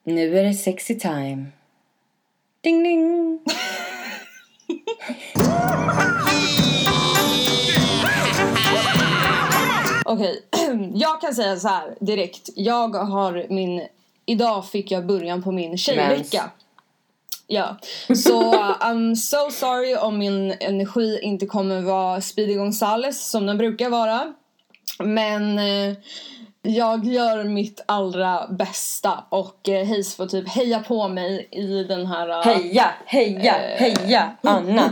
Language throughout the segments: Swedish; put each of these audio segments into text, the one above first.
Nu är det sexy time. Ding ding. Okej, jag kan säga så här direkt. Idag fick jag början på min tjejvecka. Ja, så I'm so sorry om min energi inte kommer vara Speedy Gonzales som den brukar vara. Men jag gör mitt allra bästa. Och Hayes får typ heja på mig i den här... Heja, Anna.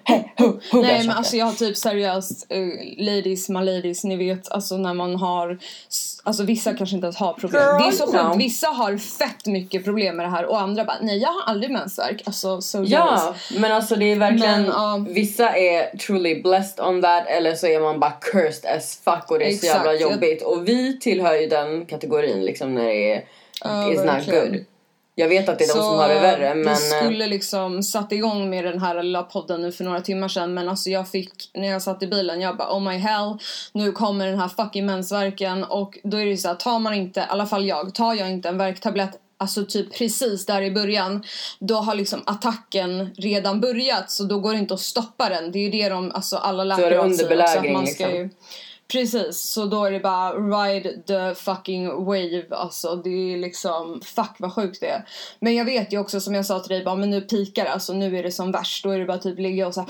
Nej, men alltså jag har typ seriöst ladies, my ladies, ni vet. Alltså när man har... Alltså vissa kanske inte ens har problem. Girl, det är så sjukt, vissa har fett mycket problem med det här. Och andra bara, nej jag har aldrig mensvärk. Alltså so ja, men alltså det är verkligen vissa är truly blessed on that. Eller så är man bara cursed as fuck. Och det är så jävla jobbigt. Och vi tillhör ju den kategorin liksom när det är is not good. Jag vet att det är de som har det värre, men... Vi skulle liksom satt igång med den här lilla podden nu för några timmar sedan. Men alltså jag fick, när jag satt i bilen, jag bara, oh my hell, nu kommer den här fucking mensvärken. Och då är det så här, tar jag inte en värktablett, alltså typ precis där i början, då har liksom attacken redan börjat. Så då går det inte att stoppa den. Det är ju det alla läkare säger också, att man ska ju... Precis, så då är det bara ride the fucking wave. Alltså det är liksom, fuck vad sjukt det är. Men jag vet ju också, som jag sa till dig, bara, men nu pikar, alltså nu är det som värst. Då är det bara typ ligga och så här.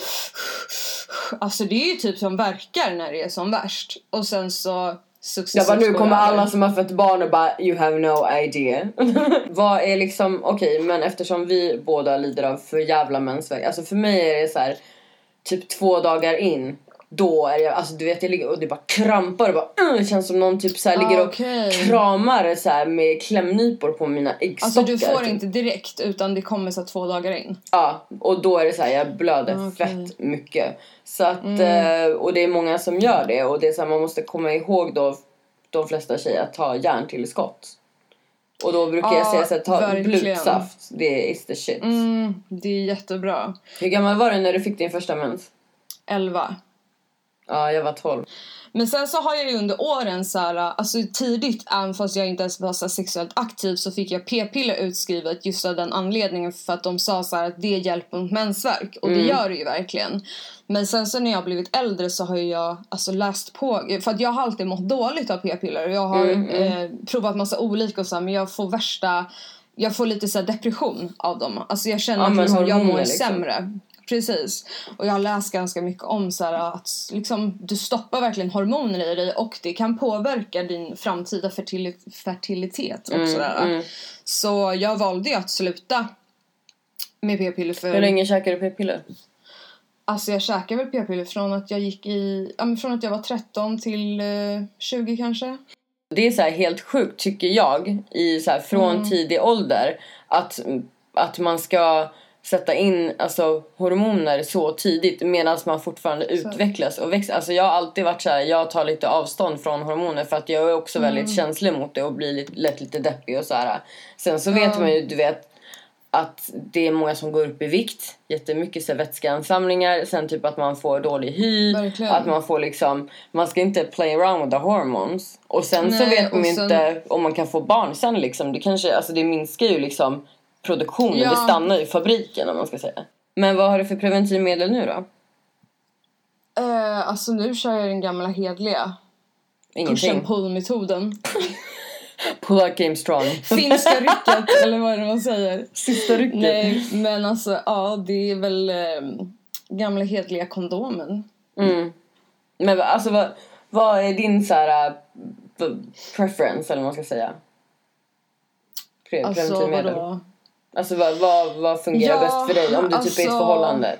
Alltså det är ju typ som verkar när det är som värst. Och sen så successivt. Ja, nu kommer alla som har fått barn och bara, you have no idea. Vad är liksom, okej, men eftersom vi båda lider av för jävla mensvärk. Alltså för mig är det så här, typ 2 dagar in. Då är jag, alltså du vet, jag ligger och det bara krampar och bara, det känns som någon typ så här ligger och kramar så här med klämnypor på mina äggstockar. Alltså du får inte direkt, utan det kommer så 2 dagar in. Ja, och då är det så här, jag blöder fett mycket. Så att, och det är många som gör det. Och det är så här, man måste komma ihåg då, de flesta tjejer, att ta järntillskott. Och då brukar jag säga så här, ta blodsaft. Det är the shit. Det är jättebra. Hur gammal var du när du fick din första mens? 11. Ja, jag var 12. Men sen så har jag ju under åren så här, alltså tidigt, även fast jag inte ens var så sexuellt aktiv, så fick jag p-piller utskrivet just av den anledningen, för att de sa så här att det hjälper mot mensvärk. Och det gör det ju verkligen. Men sen så när jag har blivit äldre så har jag alltså läst på, för att jag har alltid mått dåligt av p-piller. Jag har provat massa olika och så här, men jag får lite så här depression av dem. Alltså jag känner att liksom, jag mår sämre. Precis. Och jag har läst ganska mycket om så här, att liksom, du stoppar verkligen hormoner i dig, och det kan påverka din framtida fertilitet och sådär. Så jag valde ju att sluta med p-piller för... Hur länge käkade du p-piller? Alltså jag käkade väl p-piller från att jag från att jag var 13 till 20 kanske. Det är så här helt sjukt, tycker jag, i så här, från tidig ålder, att man ska sätta in alltså hormoner så tidigt medan man fortfarande utvecklas och växer. Alltså jag har alltid varit så här, jag tar lite avstånd från hormoner för att jag är också väldigt känslig mot det och blir lätt lite deppig och så här. Sen så vet man ju, du vet, att det är många som går upp i vikt, jättemycket så vätskeansamlingar, sen typ att man får dålig hy, att man får liksom, man ska inte play around with the hormones. Och sen så vet man inte om man kan få barn sen liksom, det kanske, alltså det minskar ju liksom produktionen, det stannar i fabriken om man ska säga. Men vad har du för preventivmedel nu då? Alltså nu kör jag den gamla hedliga push and pull-metoden. Pull out game strong. Finska rycket, eller vad är det man säger? Sista rycket. Nej, men alltså, ja, det är väl gamla hedliga kondomen. Men alltså, vad är din så här preference, eller vad man ska säga? Preventivmedel. Vadå? Alltså vad fungerar bäst för dig om du typ är i ett förhållande?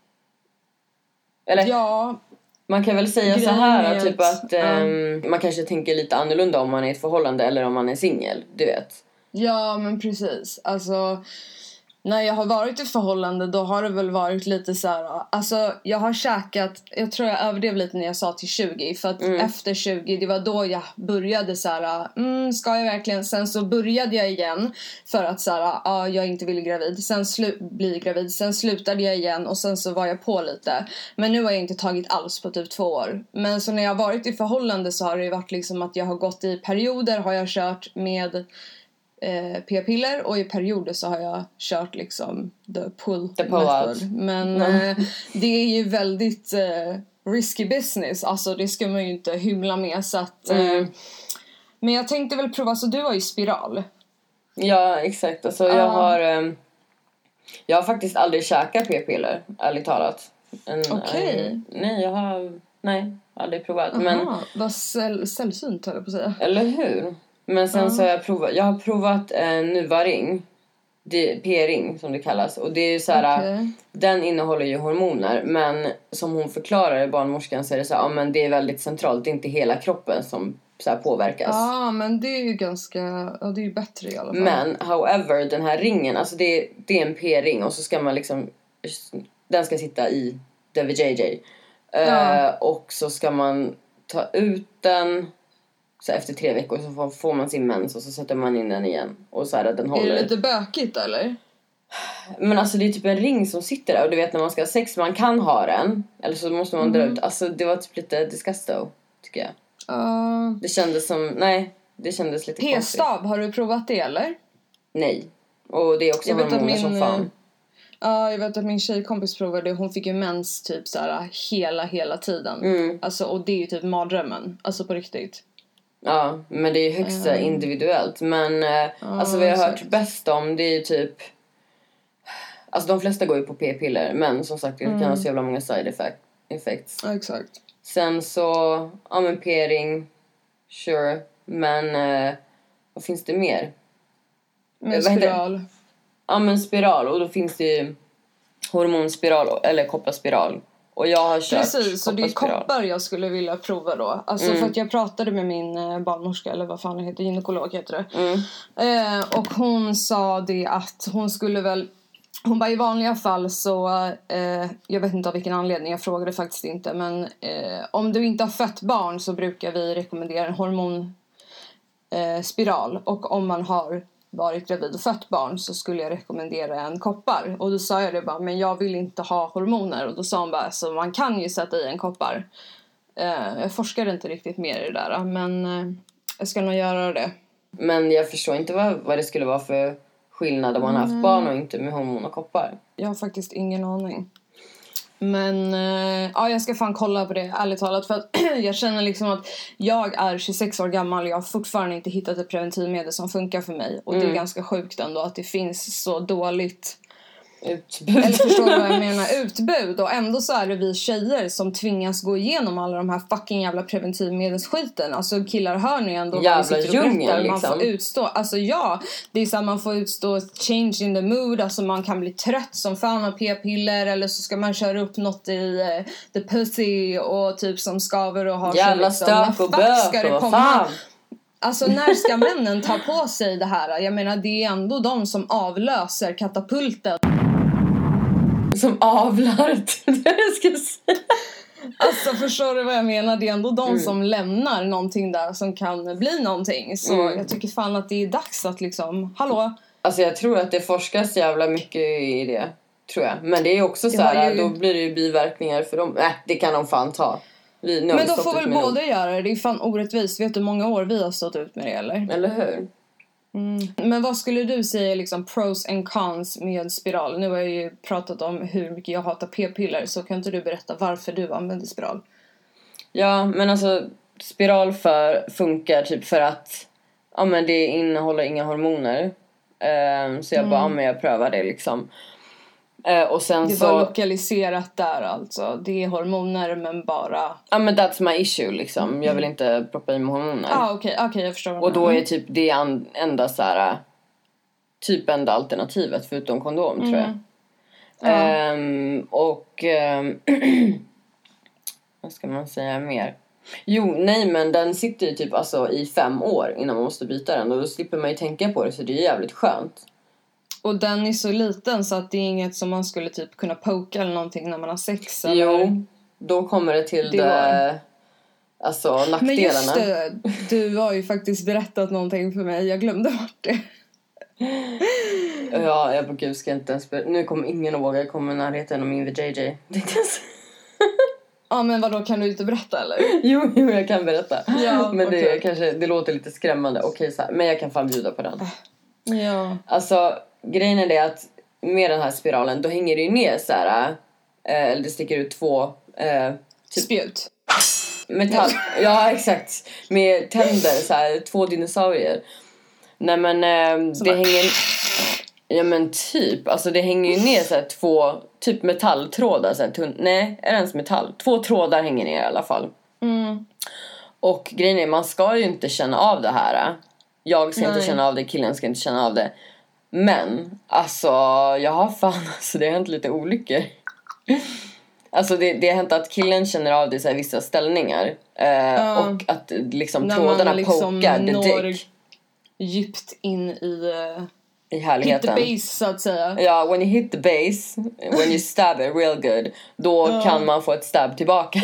Eller? Ja. Man kan väl säga så här typ att man kanske tänker lite annorlunda om man är i ett förhållande eller om man är singel, du vet. Ja, men precis. Alltså, när jag har varit i förhållande, då har det väl varit lite så här. Alltså jag har käkat, jag tror jag överdrev lite när jag sa till 20. För att efter 20, det var då jag började så här. Ska jag verkligen? Sen så började jag igen. För att så här, jag inte ville gravid. Sen bli gravid. Sen slutade jag igen. Och sen så var jag på lite. Men nu har jag inte tagit alls på typ 2 år. Men så när jag har varit i förhållande så har det varit liksom att jag har gått i perioder. Har jag kört med p-piller och i perioder så har jag kört liksom the pull out. Men det är ju väldigt risky business. Alltså det ska man ju inte hymla med. Så att, men jag tänkte väl prova, så du har ju spiral. Ja, exakt. Alltså jag har faktiskt aldrig käkat p-piller, ärligt talat. Okej. Nej, jag har aldrig provat. Aha, men vad sällsynt höll jag på att säga. Eller hur? Men sen så har jag har provat en Nuvaring. P-ring som det kallas. Och det är ju så här, den innehåller ju hormoner. Men som hon förklarar i barnmorskan så är det så här, men det är väldigt centralt. Det är inte hela kroppen som så här påverkas. Ja, men det är ju ganska, det är ju bättre i alla fall. Men however, den här ringen, alltså det är en p-ring. Och så ska man liksom, den ska sitta i the vajayjay. Och så ska man ta ut den. Så efter 3 veckor så får man sin mens och så sätter man in den igen. Och så här, den håller. Är det lite bökigt eller? Men alltså det är typ en ring som sitter där. Och du vet när man ska ha sex, man kan ha den. Eller så måste man dra ut. Alltså det var typ lite disgusting, tycker jag. Det kändes som, det kändes lite konstigt. P-stav, har du provat det eller? Nej. Och det är också hormoner som fan. Ja, jag vet att min tjejkompis provade det. Hon fick ju mens typ så här hela tiden. Alltså, och det är ju typ mardrömmen. Alltså på riktigt. Ja, men det är högst individuellt. Men alltså vad jag har hört bäst om, det är typ, alltså de flesta går ju på p-piller. Men som sagt, det kan ha så jävla många side effects. Ja, exakt. Sen så, men p-ring, sure. Men vad finns det mer? Med spiral. Ja, men spiral. Och då finns det ju hormonspiral eller kopparspiral. Och jag har kört precis, så det är koppar jag skulle vilja prova då. Alltså för att jag pratade med min barnmorska, eller vad fan det heter, gynekolog heter det. Och hon sa det att hon skulle väl, hon bara i vanliga fall så, jag vet inte av vilken anledning, jag frågade faktiskt inte. Men om du inte har fött barn så brukar vi rekommendera en hormonspiral. Och om man har varit gravid och fött barn så skulle jag rekommendera en koppar. Och då sa jag det bara, men jag vill inte ha hormoner. Och då sa hon bara, så man kan ju sätta i en koppar. Jag forskade inte riktigt mer i det där, men jag ska nog göra det. Men jag förstår inte vad det skulle vara för skillnad om man har haft barn och inte med hormon och koppar. Jag har faktiskt ingen aning. Men jag ska fan kolla på det, ärligt talat. För att jag känner liksom att jag är 26 år gammal. Jag har fortfarande inte hittat ett preventivmedel som funkar för mig. Och det är ganska sjukt ändå att det finns så dåligt utbud. Eller förstår du vad jag menar? Utbud. Och ändå så är det vi tjejer som tvingas gå igenom alla de här fucking jävla preventivmedelsskiten. Alltså killar, hör ni ändå jävla djungel liksom. Man får utstå. Alltså det är så här, man får utstå change in the mood. Alltså man kan bli trött som fan av p-piller. Eller så ska man köra upp något i the pussy och typ som skaver och har jävla så liksom, stök och bök och vad fan. Alltså när ska männen ta på sig det här? Jag menar det är ändå de som avlöser katapulten. Som avlar det jag ska säga. Alltså förstår du vad jag menar? Det är ändå de som lämnar någonting där som kan bli någonting. Så jag tycker fan att det är dags att liksom, hallå. Alltså jag tror att det forskas jävla mycket i det, tror jag. Men det är också så här, då blir det ju biverkningar för dem. Det kan de fan ta. Men då får väl båda göra det. Det är fan orättvist. Vet du hur många år vi har stått ut med det, eller? Eller hur? Men vad skulle du säga liksom pros and cons med spiral? Nu har jag ju pratat om hur mycket jag hatar p-piller. Så kan inte du berätta varför du använder spiral? Ja, men alltså spiral funkar typ för att men det innehåller inga hormoner. Så jag bara, men jag prövar det liksom. Och sen det var lokaliserat där alltså. Det är hormoner men bara... Ja, men that's my issue liksom. Jag vill inte proppa i med hormoner. Okej, jag förstår. Och då är typ det enda så här, typ enda alternativet förutom kondom, tror jag. Vad ska man säga mer? Men den sitter ju typ alltså i 5 år innan man måste byta den. Och då slipper man ju tänka på det, så det är jävligt skönt. Och den är så liten så att det är inget som man skulle typ kunna poka eller någonting när man har sex. Eller? Jo, då kommer det till alltså nackdelarna. Men just det, du har ju faktiskt berättat någonting för mig. Jag glömde bort det. Ja, jag på gud ska inte ens nu kommer ingen ihåg. Jag kommer i närheten av min VJJ. Ja, men vadå, kan du inte berätta eller? Jo, jag kan berätta. Ja, men det låter lite skrämmande. Okej, så här, men jag kan fan bjuda på den. Ja. Alltså grejen är det att med den här spiralen då hänger det ju ner så här, eller det sticker ut 2 typ spjut. Metall. Ja, exakt. Med tänder så här, 2 dinosaurier. Nej men det hänger. Ja men typ, alltså det hänger ju ner så här 2 typ metalltrådar så här, nej, är det ens metall? 2 trådar hänger ner i alla fall. Och grejen är, man ska ju inte känna av det här. Jag ska inte känna av det, killen ska inte känna av det. Men alltså jag har fan, alltså det har hänt lite olyckor. Alltså det har hänt att killen känner av det i så här vissa ställningar. Och att liksom när trådarna liksom pokar the dick djupt in i härligheten. Hit the base så att säga. Ja, when you hit the base, when you stab it real good, då kan man få ett stab tillbaka.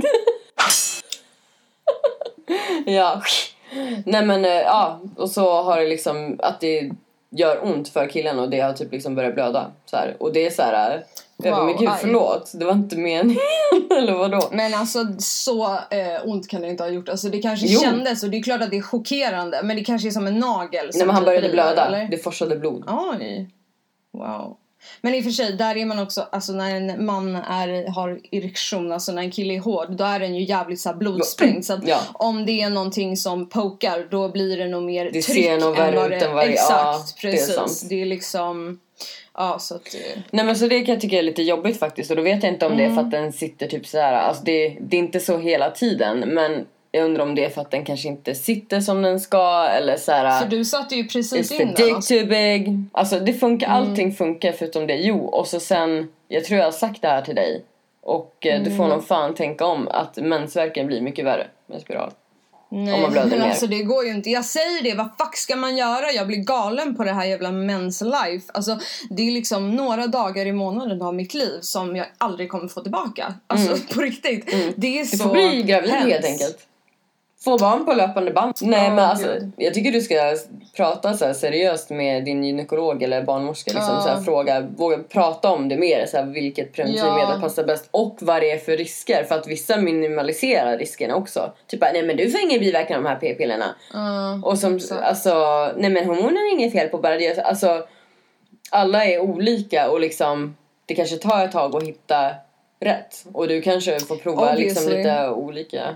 Ja. Nej men ja, och så har det liksom att det gör ont för killen och det har typ liksom börjat blöda så här. Och det är så här, men gud förlåt, det var inte meningen. Eller vadå? Men alltså så ont kan det inte ha gjort. Alltså det kanske kändes, och det är klart att det är chockerande, men det kanske är som en nagel. Nej men han började blöda, eller? Det forsade blod. Oj, wow. Men i och för sig, där är man också, alltså när en man har erektion, alltså när en kille är hård, då är den ju jävligt så här blodsprängd. Så att om det är någonting som pokar, då blir det nog mer det tryck. Det ser nog värre ut än vad det är. Exakt, precis. Det är liksom... Ja, så att... Nej men så det kan jag tycka är lite jobbigt faktiskt. Och då vet jag inte om det är för att den sitter typ så här. Alltså det är inte så hela tiden. Men jag undrar om det är för att den kanske inte sitter som den ska. Eller så här. För du satte ju precis in den. Is the dick too big? Alltså det funkar, allting funkar förutom det. Jo, och så sen, jag tror jag har sagt det här till dig. Och du får nog fan tänka om att mensvärken blir mycket värre med spiral. Nej, men alltså det går ju inte. Jag säger det, vad fuck ska man göra? Jag blir galen på det här jävla mens life. Alltså det är liksom några dagar i månaden av mitt liv som jag aldrig kommer få tillbaka. Alltså på riktigt. Det är så. Du får bli gravid helt enkelt. Få barn på löpande band. Nej men alltså, jag tycker du ska prata så här seriöst med din gynekolog eller barnmorska liksom, så här, våga prata om det mer så här, vilket preventivmedel passar bäst och vad det är för risker, för att vissa minimaliserar riskerna också. Typ nej men du får ingen biverkan av de här p-pillerna. Och som alltså nej men hormoner är inget fel på, bara det, alltså alla är olika och liksom det kanske tar ett tag att hitta rätt och du kanske får prova liksom lite olika.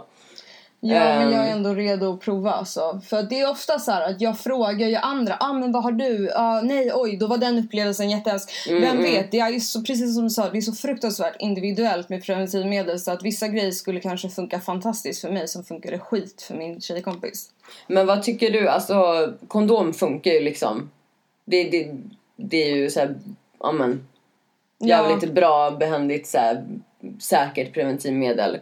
Ja, men jag är ändå redo att prova alltså. För det är ofta så här att jag frågar ju andra, men vad har du? Nej, oj, då var den upplevelsen jättehemsk. Vem vet, det är ju så, precis som du sa, det är så fruktansvärt individuellt med preventivmedel, så att vissa grejer skulle kanske funka fantastiskt för mig som funkade skit för min tjejkompis. Men vad tycker du? Alltså, kondom funkar ju liksom. Det är ju så här, jävligt bra, behändigt, så här, säkert preventivmedel.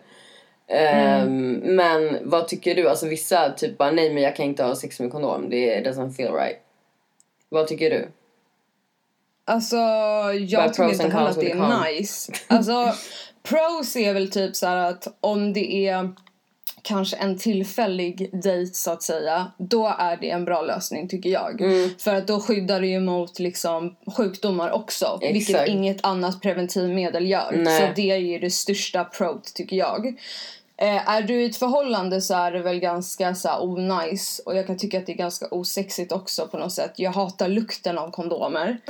Men vad tycker du? Alltså vissa typ bara, nej men jag kan inte ha sex med kondom, det doesn't feel right. Vad tycker du? Alltså jag tycker inte heller att det är nice. Alltså pros är väl typ så här att om det är kanske en tillfällig dejt så att säga, då är det en bra lösning tycker jag. För att då skyddar det ju mot liksom sjukdomar också. Exakt. Vilket inget annat preventivmedel gör. Nej. Så det är ju det största pro tycker jag. Är du i ett förhållande så är det väl ganska så här onajs. Och jag kan tycka att det är ganska osexigt också på något sätt. Jag hatar lukten av kondomer.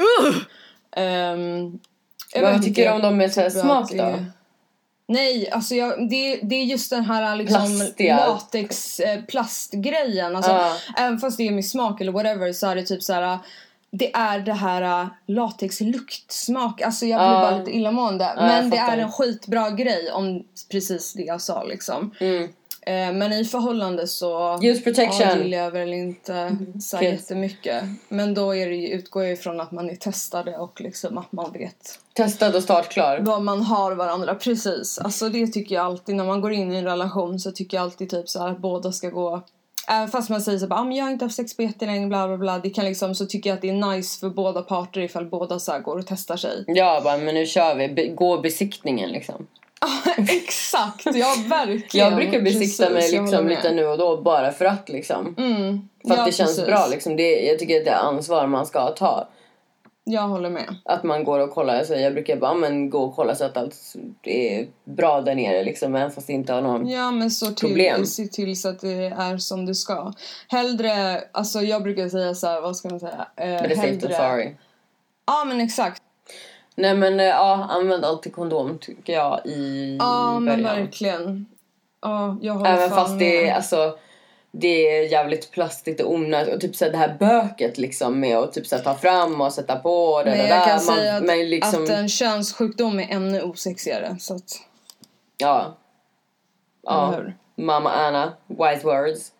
Vad tycker du om dem med så här smak då? Nej, alltså det är just den här liksom latex plastgrejen. Alltså, även fast det är med smak eller whatever, så är det typ så här. Det är det här latexluktsmak. Alltså jag blir bara lite illamående. Men det är en skitbra grej om precis det jag sa liksom. Men i förhållande så use protection. Gillar jag väl inte så jättemycket. Men då är det ju, utgår jag ifrån att man är testade och liksom att man vet. Testad och startklar. Vad man har varandra, precis. Alltså det tycker jag alltid, när man går in i en relation så tycker jag alltid typ så här att båda ska gå. Fast man säger så bara, men jag har inte haft sex på jättelänge, bla bla bla. Det kan liksom, så tycker jag att det är nice för båda parter ifall båda så här går och testar sig. Ja, bara, men nu kör vi. Gå besiktningen liksom. Exakt, ja verkligen. Jag brukar besikta mig liksom lite nu och då, bara för att liksom. För att det känns bra liksom. Jag tycker att det är ansvar man ska ta. Jag håller med. Att man går och kollar. Alltså jag brukar bara gå och kolla så att allt är bra där nere. Liksom, även fast det inte har någon men problem. Se till så att det är som det ska. Hellre, alltså jag brukar säga så här, vad ska man säga? Men det är safe than sorry. Ja, men exakt. Nej men använd alltid kondom tycker jag i början. Men verkligen. Jag håller även fast det är, alltså, det är jävligt plastigt och onödigt. Och typ så här, det här böket liksom med att typ så här, ta fram och sätta på och det men jag där. kan säga att en könssjukdom är ännu osexigare. Så att... Ja. Mamma Anna, wise words.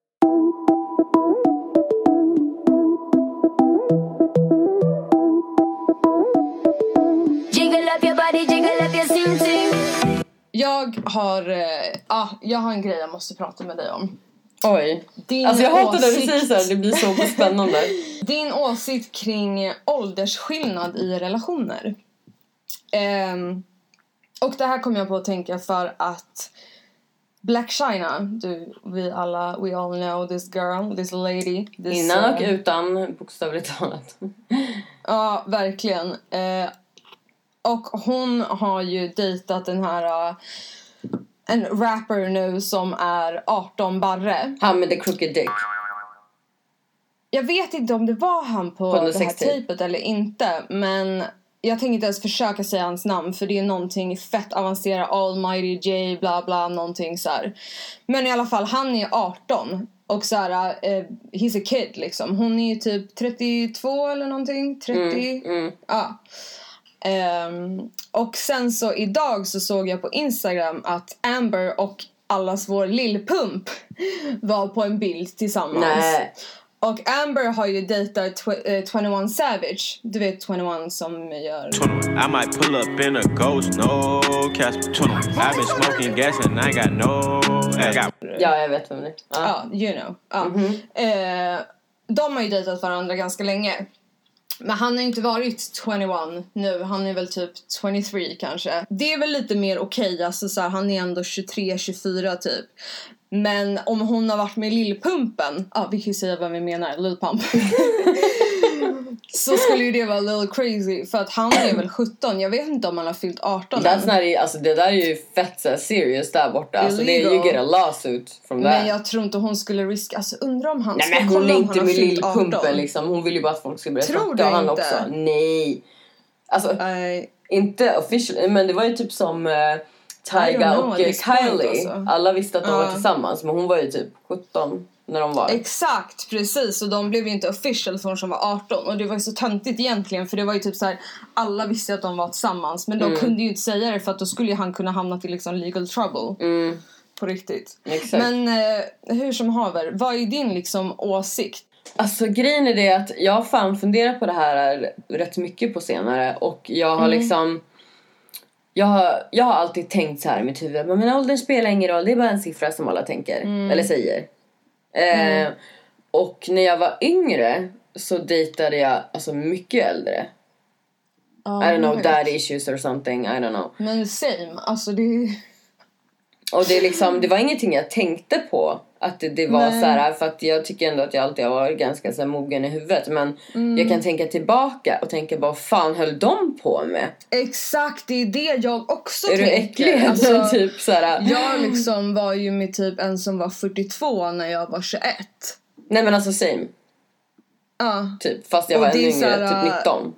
Jag har en grej jag måste prata med dig om. Oj. Alltså jag hatar när du säger så här, det blir så spännande. Din åsikt kring åldersskillnad i relationer. Och det här kommer jag på att tänka för att Black China, we all know this girl, this lady. Innan och utan, bokstavligt talat. Ja, verkligen. Och hon har ju dejtat den här en rapper nu som är 18 barre. Han med the crooked dick. Jag vet inte om det var han på det här tejpet eller inte. Men jag tänker inte ens försöka säga hans namn. För det är någonting fett avancerat. Almighty J, bla bla, någonting så här. Men i alla fall, han är 18. Och så här, he's a kid liksom. Hon är ju typ 32 eller någonting. 30. Ja. Och sen så idag så såg jag på Instagram att Amber och allas vår lillpump var på en bild tillsammans. Nej. Och Amber har ju dejtat 21 Savage. Du vet 21 som gör... I might pull up in a ghost, no Casper 21. I've been smoking gas and I got no... Ja, jag vet vem det är. Ja, you know. De har ju dejtat varandra ganska länge. Men han har ju inte varit 21 nu. Han är väl typ 23 kanske. Det är väl lite mer okej. Alltså så här, han är ändå 23-24 typ. Men om hon har varit med Lillpumpen. Vi kan ju säga vad vi menar. Lil Pump. Så skulle ju det vara a little crazy. För att han är väl 17. Jag vet inte om han har fyllt 18. Alltså det där är ju fett så serious där borta. Alltså det är you get a lawsuit from that. Men jag tror inte hon skulle riska. Alltså undrar om han ska kolla. Nej men hon är inte med Lillpumpen liksom. Hon vill ju bara att folk ska börja snacka han inte också. Nej. Alltså inte official. Men det var ju typ som Tyga och Kylie. Alltså. Alla visste att de var tillsammans. Men hon var ju typ 17 när de var. Exakt, precis. Och de blev ju inte official förrän de var 18. Och det var ju så töntigt egentligen. För det var ju typ så här, alla visste att de var tillsammans. Men de kunde ju inte säga det. För att då skulle ju han kunna hamna till liksom legal trouble. På riktigt. Exakt. Men hur som haver, vad är din liksom åsikt? Alltså grejen är det att jag har fan funderat på det här rätt mycket på senare. Och jag har liksom... Jag har alltid tänkt så här i mitt huvud. Men åldern spelar ingen roll. Det är bara en siffra som alla tänker. Eller säger. Och när jag var yngre så dejtade jag alltså mycket äldre. I don't know, dad issues or something. I don't know. Men same. Alltså det... Och det är liksom, det var ingenting jag tänkte på. Att det var så här. För att jag tycker ändå att jag alltid har varit ganska så här mogen i huvudet. Men jag kan tänka tillbaka och tänka, vad fan höll de på med? Exakt, det är det jag också tänker. Är du äcklig? Alltså, typ så här. Jag liksom var ju med typ en som var 42 när jag var 21. Nej men alltså same. Typ, fast jag var ännu yngre, typ 19.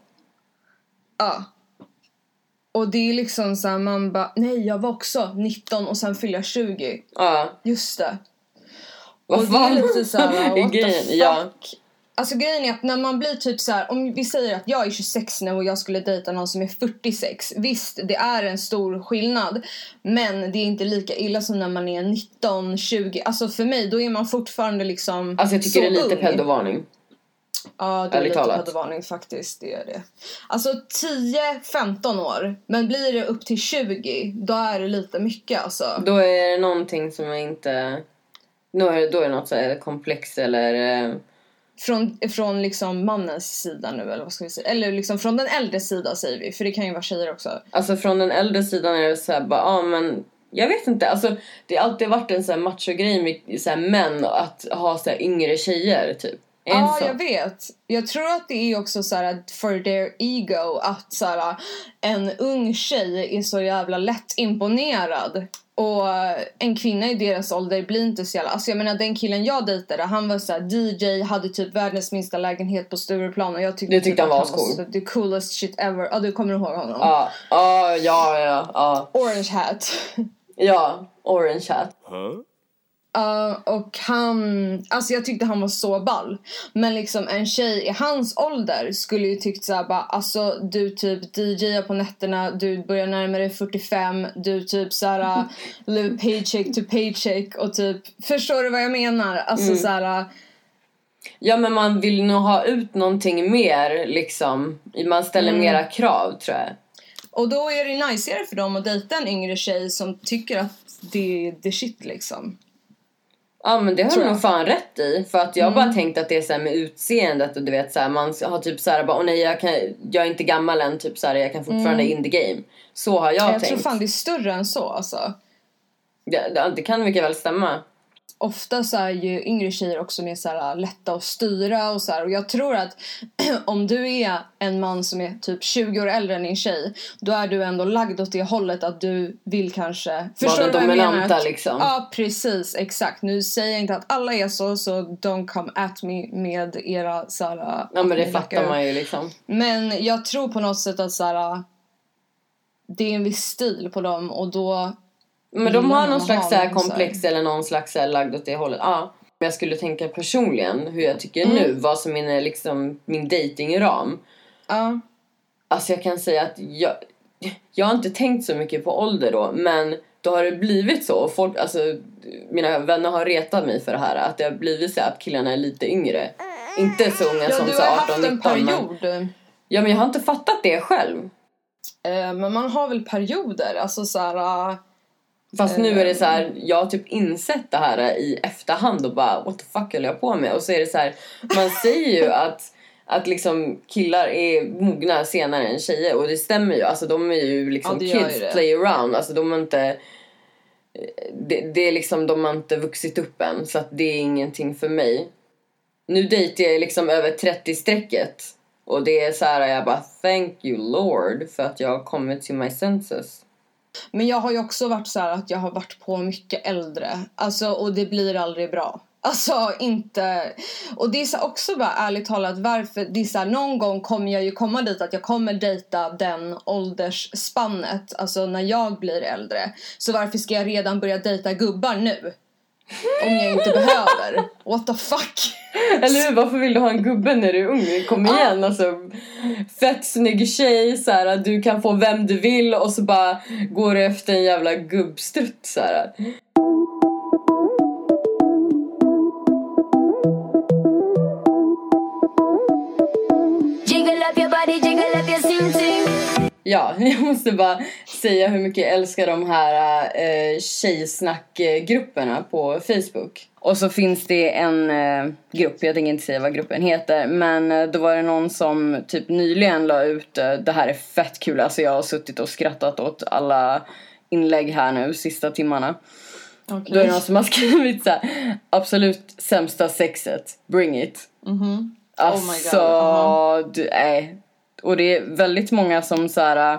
Och det är liksom så här, man bara, nej jag var också 19 och sen fyllde jag 20. Just det. Vad fan? Det är lite så här, what the fuck? Ja. Alltså grejen är att när man blir typ så här, om vi säger att jag är 26 nu och jag skulle dejta någon som är 46. Visst, det är en stor skillnad. Men det är inte lika illa som när man är 19, 20. Alltså för mig, då är man fortfarande liksom alltså jag tycker det är lite pedovarning. Ja, det är lite pedovarning faktiskt, det är det. Alltså 10-15 år. Men blir det upp till 20, då är det lite mycket alltså. Då är det någonting som är inte... Då är det något så här komplex eller... Från liksom mannens sida nu, eller vad ska vi säga? Eller liksom från den äldre sidan säger vi. För det kan ju vara tjejer också. Alltså från den äldre sidan är det så här bara, men... Jag vet inte, alltså det har alltid varit en så här macho-grej med så här män att ha så här yngre tjejer typ. Ja, jag vet. Jag tror att det är också så här for their ego att så här, en ung tjej är så jävla lätt imponerad. Och en kvinna i deras ålder blir inte så jävla... Alltså jag menar, den killen jag dejtade, han var så här DJ, hade typ världens minsta lägenhet på Stureplan. Och jag tyckte typ han var cool. The coolest shit ever. Ja, du kommer ihåg honom? Ja. Orange hat. Ja, orange hat. Och han... Alltså jag tyckte han var så ball. Men liksom en tjej i hans ålder skulle ju tyckt såhär bara... Alltså du typ DJar på nätterna. Du börjar närma dig 45. Du typ såhär... live paycheck to paycheck. Och typ... Förstår du vad jag menar? Alltså såhär... Ja, men man vill nog ha ut någonting mer liksom. Man ställer mera krav, tror jag. Och då är det najsigare för dem att dejta en yngre tjej som tycker att det är the shit liksom. Ja, men det har du nog fan rätt i. För att jag bara tänkt att det är så här med utseendet. Och du vet så här, man har typ så här bara, nej jag är inte gammal än, typ så här, jag kan fortfarande in the game. Så har jag tänkt. Jag tror fan det är större än så alltså. Det kan mycket väl stämma. Ofta så är ju yngre tjejer också mer så här lätta att styra och så här. Och jag tror att om du är en man som är typ 20 år äldre än din tjej, då är du ändå lagd åt det hållet att du vill kanske... Förstår du vad jag menar? Liksom. Ja, precis, exakt. Nu säger jag inte att alla är så don't come at me med era så här... Ja, men det fattar man ju liksom. Men jag tror på något sätt att så här, det är en viss stil på dem och då... Men de har någon slags så här komplex eller någon slags så här lagd åt det hållet. Ja. Jag skulle tänka personligen hur jag tycker nu, vad som är liksom min datingram. Ja. Alltså jag kan säga att jag har inte tänkt så mycket på ålder då, men då har det blivit så. Folk, alltså mina vänner har retat mig för det här, att det har blivit så att killarna är lite yngre. Inte så unga som så 18-19. Ja, du har haft en period. Ja, men jag har inte fattat det själv. Men man har väl perioder, alltså så här... Fast nu är det så här, jag har typ insett det här i efterhand och bara, what the fuck höll jag på med? Och så är det så här, man säger ju att liksom killar är mogna senare än tjejer, och det stämmer ju, alltså de är ju liksom kids play around, alltså de är inte, det är liksom, de har inte vuxit upp än, så att det är ingenting för mig. Nu dejtar jag liksom över 30-strecket, och det är så här, jag bara, thank you Lord för att jag har kommit till my senses. Men jag har ju också varit så här att jag har varit på mycket äldre. Alltså, och det blir aldrig bra. Alltså inte... Och det är så också bara ärligt talat varför... Det är så här, någon gång kommer jag ju komma dit att jag kommer dejta den åldersspannet. Alltså när jag blir äldre. Så varför ska jag redan börja dejta gubbar nu? Om jag inte behöver. What the fuck? Eller hur? Varför vill du ha en gubbe när du är ung? Kom igen, alltså. Fett snygg tjej, så här, du kan få vem du vill. Och så bara går du efter en jävla gubbstrutt, så här. Jiggle up your body, jiggle up your sing-sing. Ja, jag måste bara säga hur mycket jag älskar de här tjejsnackgrupperna på Facebook. Och så finns det en grupp, jag tänker inte säga vad gruppen heter, men då var det någon som typ nyligen la ut, det här är fett kul, alltså jag har suttit och skrattat åt alla inlägg här nu, sista timmarna. Okay. Då är det någon som har skrivit så här, absolut sämsta sexet, bring it. Alltså, oh my God. Du är... Och det är väldigt många som så här,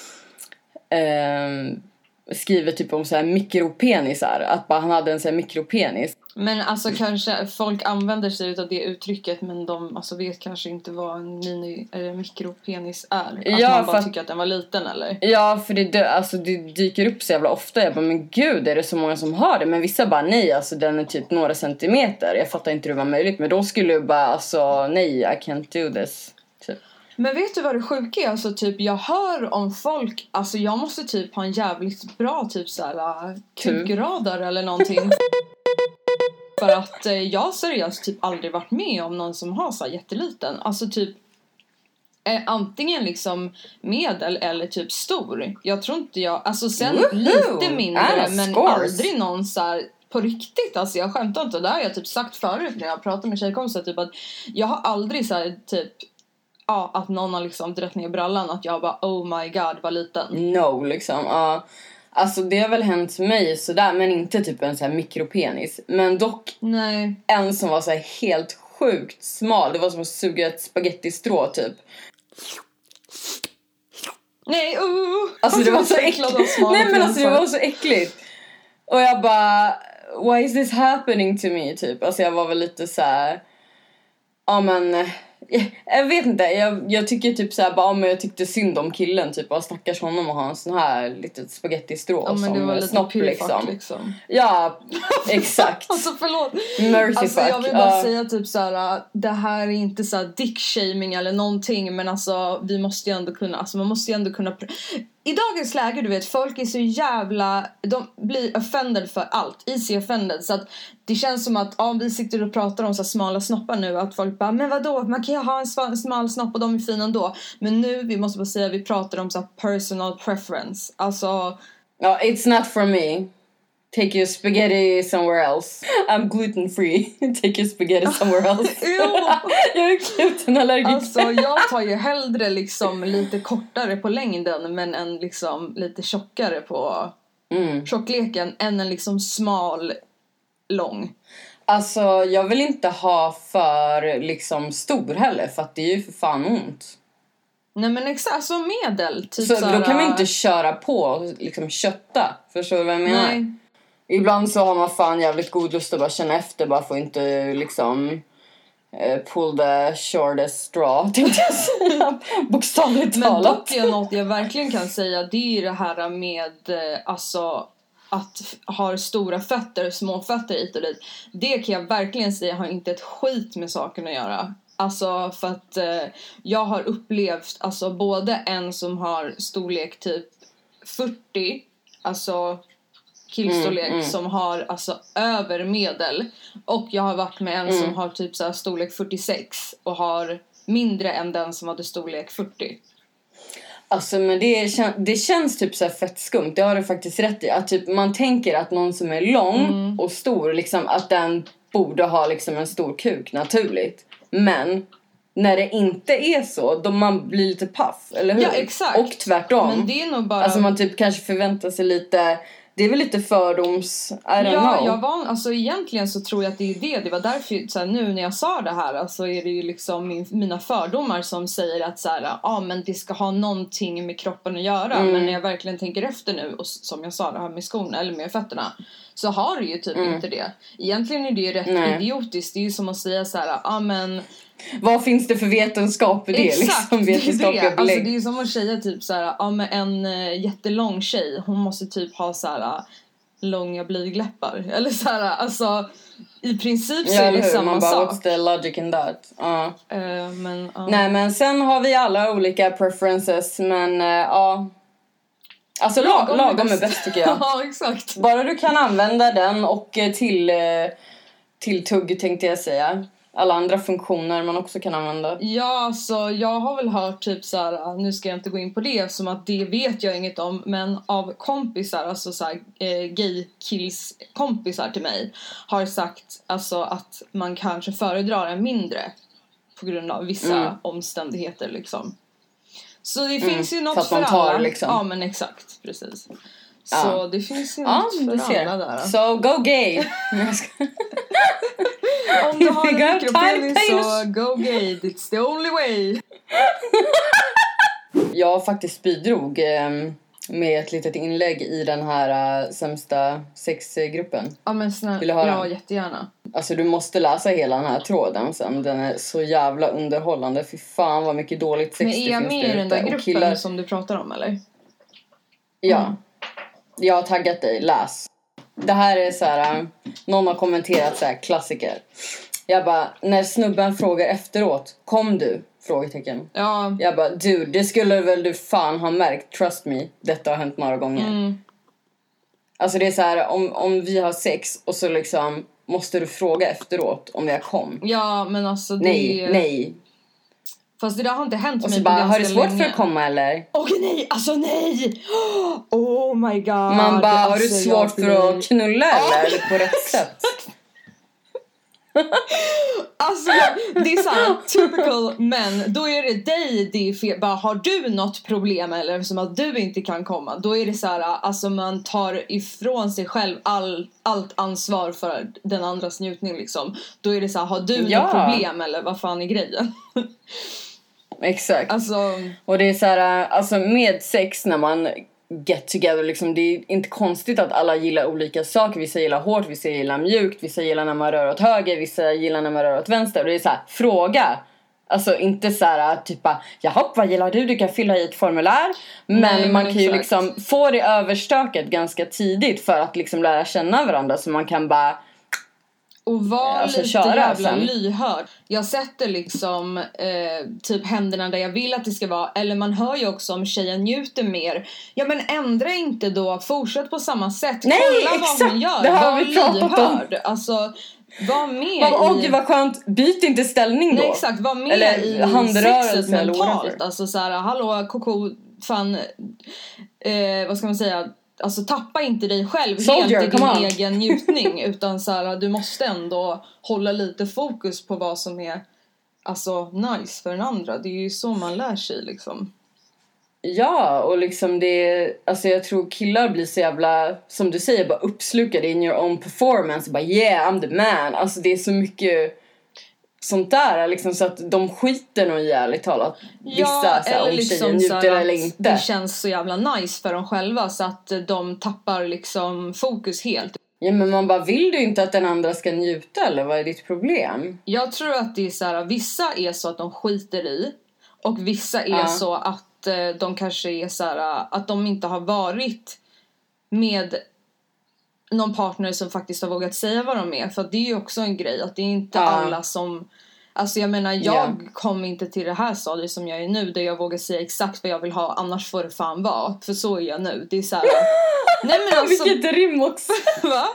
skriver typ om så här mikropenisar. Att bara han hade en så här mikropenis. Men alltså kanske folk använder sig av det uttrycket, men de alltså vet kanske inte vad en mikropenis är. Att ja, man bara tycker att den var liten, eller? Ja, för det dyker upp så jävla ofta. Jag bara, men gud, är det så många som har det? Men vissa bara, nej, alltså den är typ några centimeter. Jag fattar inte hur det var möjligt. Men då skulle jag bara, alltså, nej, I can't do this. Typ. Men vet du vad det sjuka är? Alltså typ jag hör om folk, alltså jag måste typ ha en jävligt bra typ såhär kukradar eller någonting. För att jag seriöst typ aldrig varit med om någon som har så här jätteliten. Alltså typ antingen liksom medel eller typ stor. Jag tror inte jag, alltså sen lite mindre, men aldrig någon så här på riktigt. Alltså jag skämtar inte, det har jag typ sagt förut när jag pratar med tjejkompisar typ att jag har aldrig så här typ att någon har liksom dragit ner brallan, att jag bara, oh my god, vad liten. No, liksom, alltså det har väl hänt mig sådär, men inte typ en sån här mikropenis. Men dock nej. En som var så här helt sjukt smal. Det var som att suga ett spagettistrå typ. Nej, alltså det var så äckligt. Nej men alltså det var så äckligt. Och jag bara, why is this happening to me typ. Alltså jag var väl lite så här. Ja men jag vet inte, jag tycker typ såhär bara, men jag tyckte synd om killen typ, och stackars honom och ha en sån här litet spagettistrå som snopp liksom. Ja, exakt. Alltså förlåt. Mercy alltså, fuck. Jag vill bara säga typ såhär, det här är inte såhär dick-shaming eller någonting, men alltså vi måste ju ändå kunna, alltså man måste ju ändå kunna i dagens läge, du vet, folk är så jävla, de blir offended för allt, easy offended, så att det känns som att om vi sitter och pratar om så smala snoppar nu, att folk bara, men vadå, man kan ju ha en smal snopp och de är fina ändå. Men nu, vi måste bara säga, vi pratar om så personal preference. Alltså, it's not for me. Take your spaghetti somewhere else. I'm gluten free. Take your spaghetti somewhere else. Jag är glutenallergiker. Alltså jag tar ju hellre liksom lite kortare på längden, men en liksom lite tjockare på tjockleken, än en liksom smal lång. Alltså jag vill inte ha för liksom stor heller, för att det är ju för fan ont. Nej men exakt, alltså medel typ så då kan man inte köra på och liksom kötta. Förstår du vad jag menar? Nej. Ibland så har man fan jävligt god lust att bara känna efter, bara för inte liksom pull the shortest straw, tänkte jag säga. Bokstavligt talat. Men dock är något jag verkligen kan säga, det är det här med alltså att ha stora fötter, små fötter hit och dit. Det kan jag verkligen säga har inte ett skit med saken att göra. Alltså för att jag har upplevt alltså både en som har storlek typ 40, alltså killstorlek som har alltså över medel, och jag har varit med en som har typ så här storlek 46 och har mindre än den som hade storlek 40. Alltså men det känns typ så här fett skumt. Det har du faktiskt rätt i. Att typ man tänker att någon som är lång och stor liksom, att den borde ha liksom en stor kuk naturligt. Men när det inte är så, då man blir lite paff, eller hur? Ja, exakt. Och tvärtom. Men det är nog bara... Alltså man typ kanske förväntar sig lite... Det är väl lite fördoms... I don't know. Alltså egentligen så tror jag att det är det. Det var därför så här, nu när jag sa det här, alltså är det ju liksom mina fördomar som säger att så här, men det ska ha någonting med kroppen att göra. Men när jag verkligen tänker efter nu, och som jag sa det här med skorna eller med fötterna, så har det ju typ inte det. Egentligen är det ju rätt idiotiskt. Det är ju som att säga så här, men... Vad finns det för vetenskap i det? Exakt, liksom, vetenskapliga det. Alltså, det är som att säga typ så här, men en jättelång tjej, hon måste typ ha så här långa blygläppar. Eller så här, alltså i princip så är det samma man bara, sak. what's the logic in that? Men, nej, men sen har vi alla olika preferences, men alltså lagom är bäst tycker jag. Ja, exakt. Bara du kan använda den och till tugg, tänkte jag säga. Alla andra funktioner man också kan använda. Ja, så jag har väl hört typ så här, nu ska jag inte gå in på det som att det vet jag inget om, men av kompisar, alltså så här, gay kills kompisar till mig har sagt alltså att man kanske föredrar en mindre på grund av vissa omständigheter liksom. Så det finns ju något för alla. Liksom. Ja, men exakt, precis. Så det finns ju något för alla där. So go gay. Om du har en mikropenis så go gay. It's the only way. Jag faktiskt bidrog med ett litet inlägg i den här sämsta sexgruppen. Ja, men snälla, ja, jättegärna. Alltså du måste läsa hela den här tråden sen. Den är så jävla underhållande. Fy fan vad mycket dåligt sex det finns. Men är jag med i den där gruppen som du pratar om, eller? Ja. Jag har taggat dig, läs. Det här är så här, någon har kommenterat så här, klassiker. Jag bara, när snubben frågar efteråt, kom du? Frågetecken. Ja. Jag bara, dude, det skulle väl du fan ha märkt, trust me. Detta har hänt några gånger. Alltså det är så här, om vi har sex och så liksom måste du fråga efteråt om jag kom. Ja, men alltså det... Nej. Fast det där har inte hänt och mig så bara, har du svårt för att komma eller? Nej, alltså nej! Oh my god. Man bara, har du svårt för att knulla eller på rätt sätt? Alltså det är såhär typical män. Då är det dig det är fel. Bara, har du något problem eller som att du inte kan komma, då är det så här, alltså man tar ifrån sig själv allt ansvar för den andras njutning liksom. Då är det så här, har du något problem eller vad fan är grejen? Exakt. Alltså, och det är så här, alltså med sex när man get together liksom, det är inte konstigt att alla gillar olika saker. Vissa gillar hårt, vissa gillar mjukt, vissa gillar när man rör åt höger, vissa gillar när man rör åt vänster. Och det är så här, fråga. Alltså inte så här typ, jaha, vad gillar du? Du kan fylla i ett formulär. Men man kan ju liksom få det överstökat ganska tidigt för att liksom lära känna varandra, så man kan bara och var lite jävla lyhörd. Jag sätter liksom typ händerna där jag vill att det ska vara. Eller man hör ju också om tjejen njuter mer. Ja men ändra inte då. Fortsätt på samma sätt. Nej, kolla exakt. vad hon gör. Det har var vi pratat lyhörd. om. Alltså var med åh gud vad skönt. Byt inte ställning då. Nej exakt. Var med eller i handrörelse mentalt. Alltså såhär, hallå koko fan vad ska man säga? Alltså tappa inte dig själv Soldier, helt i din egen njutning. Utan så här, du måste ändå hålla lite fokus på vad som är alltså nice för den andra. Det är ju så man lär sig liksom. Ja, och liksom det, alltså jag tror killar blir så jävla, som du säger, bara uppslukade in your own performance. Bara yeah, I'm the man. Alltså det är så mycket sånt där liksom, så att de skiter nog i, ärligt talat. Vissa så här, om liksom tjejen njuter eller inte. Det känns så jävla nice för dem själva så att de tappar liksom fokus helt. Ja men man bara, vill du inte att den andra ska njuta eller vad är ditt problem? Jag tror att det är så här, vissa är så att de skiter i. Och vissa är så att de kanske är så här, att de inte har varit med någon partner som faktiskt har vågat säga vad de är. För det är ju också en grej att det är inte alla som, alltså jag menar jag kom inte till det här stadiet som jag är nu, där jag vågar säga exakt vad jag vill ha, annars får det fan vara. För så är jag nu. Det är så här, nej men alltså, vilket rim också. Va?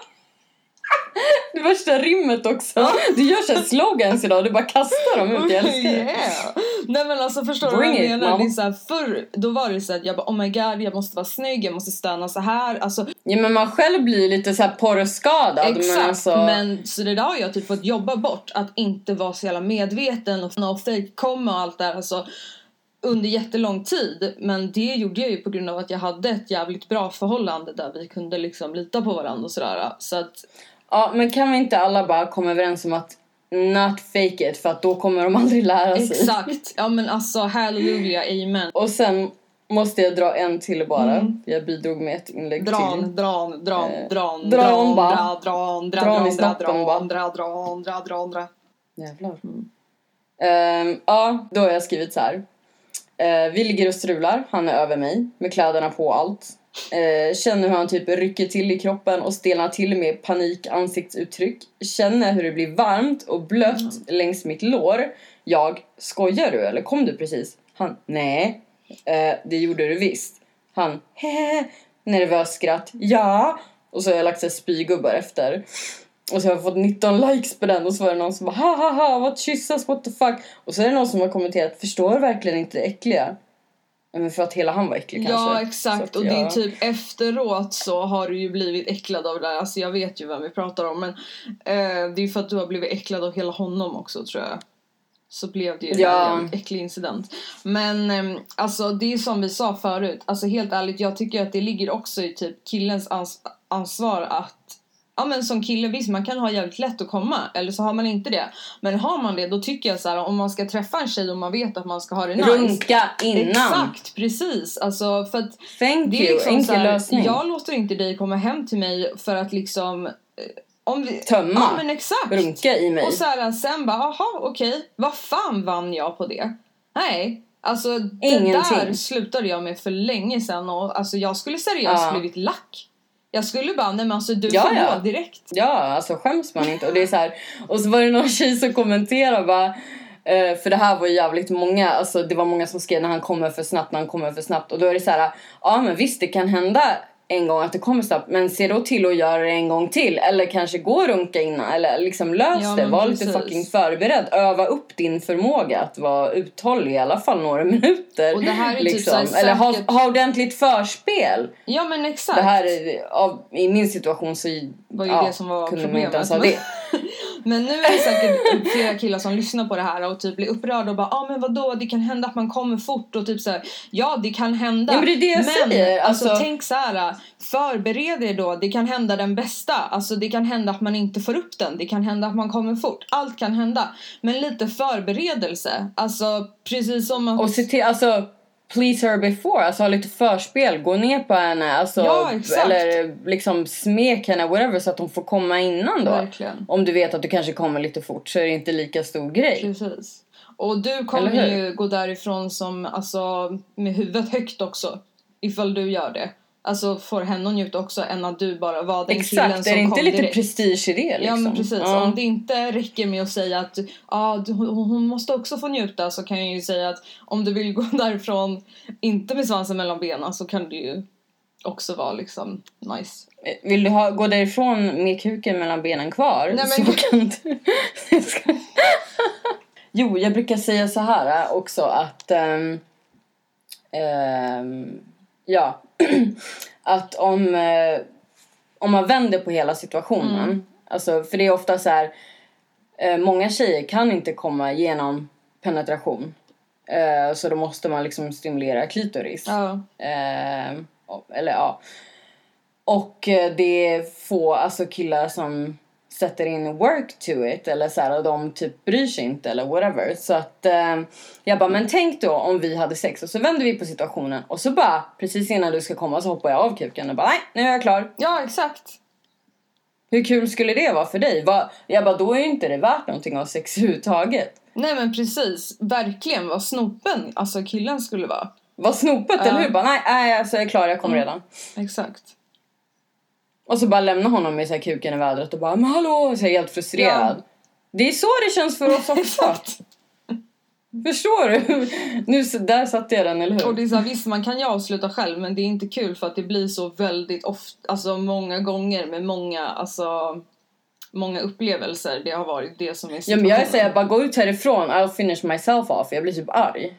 Det värsta rimmet också. Du gör så här slogans idag. Du bara kastar dem ut. Jag älskar det. Nej men alltså förstår du vad jag menar? Det är så här, förr då var det så att jag bara, oh my god, jag måste vara snygg, jag måste stöna så här. Alltså, ja men man själv blir lite så här porrskadad. Exakt, men, alltså... men så det där har jag typ fått jobba bort. Att inte vara så jävla medveten och fake komma och allt där. Alltså under jättelång tid. Men det gjorde jag ju på grund av att jag hade ett jävligt bra förhållande där vi kunde liksom lita på varandra och sådär. Så att ja, men kan vi inte alla bara komma överens om att not fake it, för att då kommer de aldrig lära sig. Exakt, ja men alltså halleluja, amen. Och sen måste jag dra en till bara. Jag bidrog med ett inlägg till. Dran Jävlar. Ja, då har jag skrivit så här. Vi ligger och strular, han är över mig med kläderna på allt. Känner hur han typ rycker till i kroppen och stelnar till med panik ansiktsuttryck. Känner hur det blir varmt och blött längs mitt lår. Jag, skojar du eller kom du precis? Han, nej, det gjorde du visst. Han, nervös skratt, ja. Och så har jag lagt sig spygubbar efter. Och så har jag fått 19 likes på den. Och så var det någon som bara, hahaha, vad kyssas, what the fuck. Och så är det någon som har kommenterat, förstår verkligen inte det äckliga. Men för att hela han var äcklig kanske. Ja exakt, och det är typ efteråt så har du ju blivit äcklad av det där. Alltså jag vet ju vem vi pratar om. Men det är för att du har blivit äcklad av hela honom också tror jag. Så blev det ju en äcklig incident. Men alltså det är som vi sa förut. Alltså helt ärligt, jag tycker att det ligger också i typ killens ansvar att, ja men som kille, visst man kan ha jävligt lätt att komma. Eller så har man inte det. Men har man det, då tycker jag så här, om man ska träffa en tjej och man vet att man ska ha det nice. Runka innan. Exakt, precis. Alltså för att thank det är you, liksom enkel så här, lösning. jag låter inte dig komma hem till mig för att liksom om vi, tömma, ja men exakt. Runka i mig. Och så här, sen bara, aha okej, vad fan vann jag på det? Nej, alltså det där slutade jag med för länge sedan. Och alltså jag skulle seriöst blivit lack. Jag skulle bara, nej men alltså du får gå direkt. Ja, alltså skäms man inte. Och det är så här, och så var det någon tjej som kommenterade bara, för det här var ju jävligt många, alltså det var många som skrev när han kommer för snabbt. Och då är det så här, ja men visst det kan hända en gång att det kommer snabbt, men se då till att göra det en gång till. Eller kanske gå och runka innan. Eller liksom lös det, var lite fucking förberedd. Öva upp din förmåga att vara uthållig i alla fall några minuter. Och det här är liksom. typ eller ha ordentligt förspel. Ja men exakt. Det här i min situation så var ju det som var kunde problemet. man inte ens ha det. Men nu är det säkert flera killar som lyssnar på det här och typ blir upprörda och bara men vadå, det kan hända att man kommer fort och typ så här, ja det kan hända. Ja, men det är det jag säger. Alltså tänk så här, förbered er då, det kan hända den bästa. Alltså det kan hända att man inte får upp den, det kan hända att man kommer fort. Allt kan hända. Men lite förberedelse. Alltså precis som att... Och se till, alltså please her before, alltså ha lite förspel, gå ner på henne, alltså, ja, exakt. eller liksom smek henne, whatever, så att hon får komma innan då. Verkligen. Om du vet att du kanske kommer lite fort så är det inte lika stor grej. Precis. Och du kommer ju gå därifrån som, alltså, med huvudet högt också, ifall du gör det. Alltså får henne att njuta också än att du bara var den killen som kom direkt. Exakt, är det inte lite direkt. prestige i det liksom? Ja men precis, om det inte räcker med att säga att hon måste också få njuta, så kan jag ju säga att om du vill gå därifrån inte med svansen mellan benen så kan det ju också vara liksom nice. Vill du gå därifrån med kuken mellan benen kvar? Nej, men... så kan du... Jo, jag brukar säga så här också att ja, att om man vänder på hela situationen, alltså, för det är ofta så här, många tjejer kan inte komma igenom penetration, så då måste man liksom stimulera klitoris. Eller ja, och det är få, alltså, killar som sätter in work to it, eller så här, och de typ bryr sig inte eller whatever. Så att jag bara, men tänk då om vi hade sex och så vänder vi på situationen och så bara precis innan du ska komma så hoppar jag av kuken och bara, nej, nu är jag klar. Ja, exakt. Hur kul skulle det vara för dig? Jag bara, då är ju inte det värt någonting av sex överhuvudtaget. Nej men precis, verkligen vad snopen, alltså killen skulle vara. Vad snopet, eller hur? Bara, nej, alltså jag är klar, jag kommer redan. Exakt. Och så bara lämna honom med så här kuken i vädret och bara, men hallå, så är helt frustrerad. Ja. Det är så det känns för oss också. Förstår du? Nu där satt jag den, eller hur? Och det är så här, visst man kan ju avsluta själv, men det är inte kul för att det blir så väldigt ofta, alltså många gånger med många upplevelser. Det har varit det som är situationen. Ja, men jag säger bara gå ut härifrån, I'll finish myself off. Jag blir typ arg.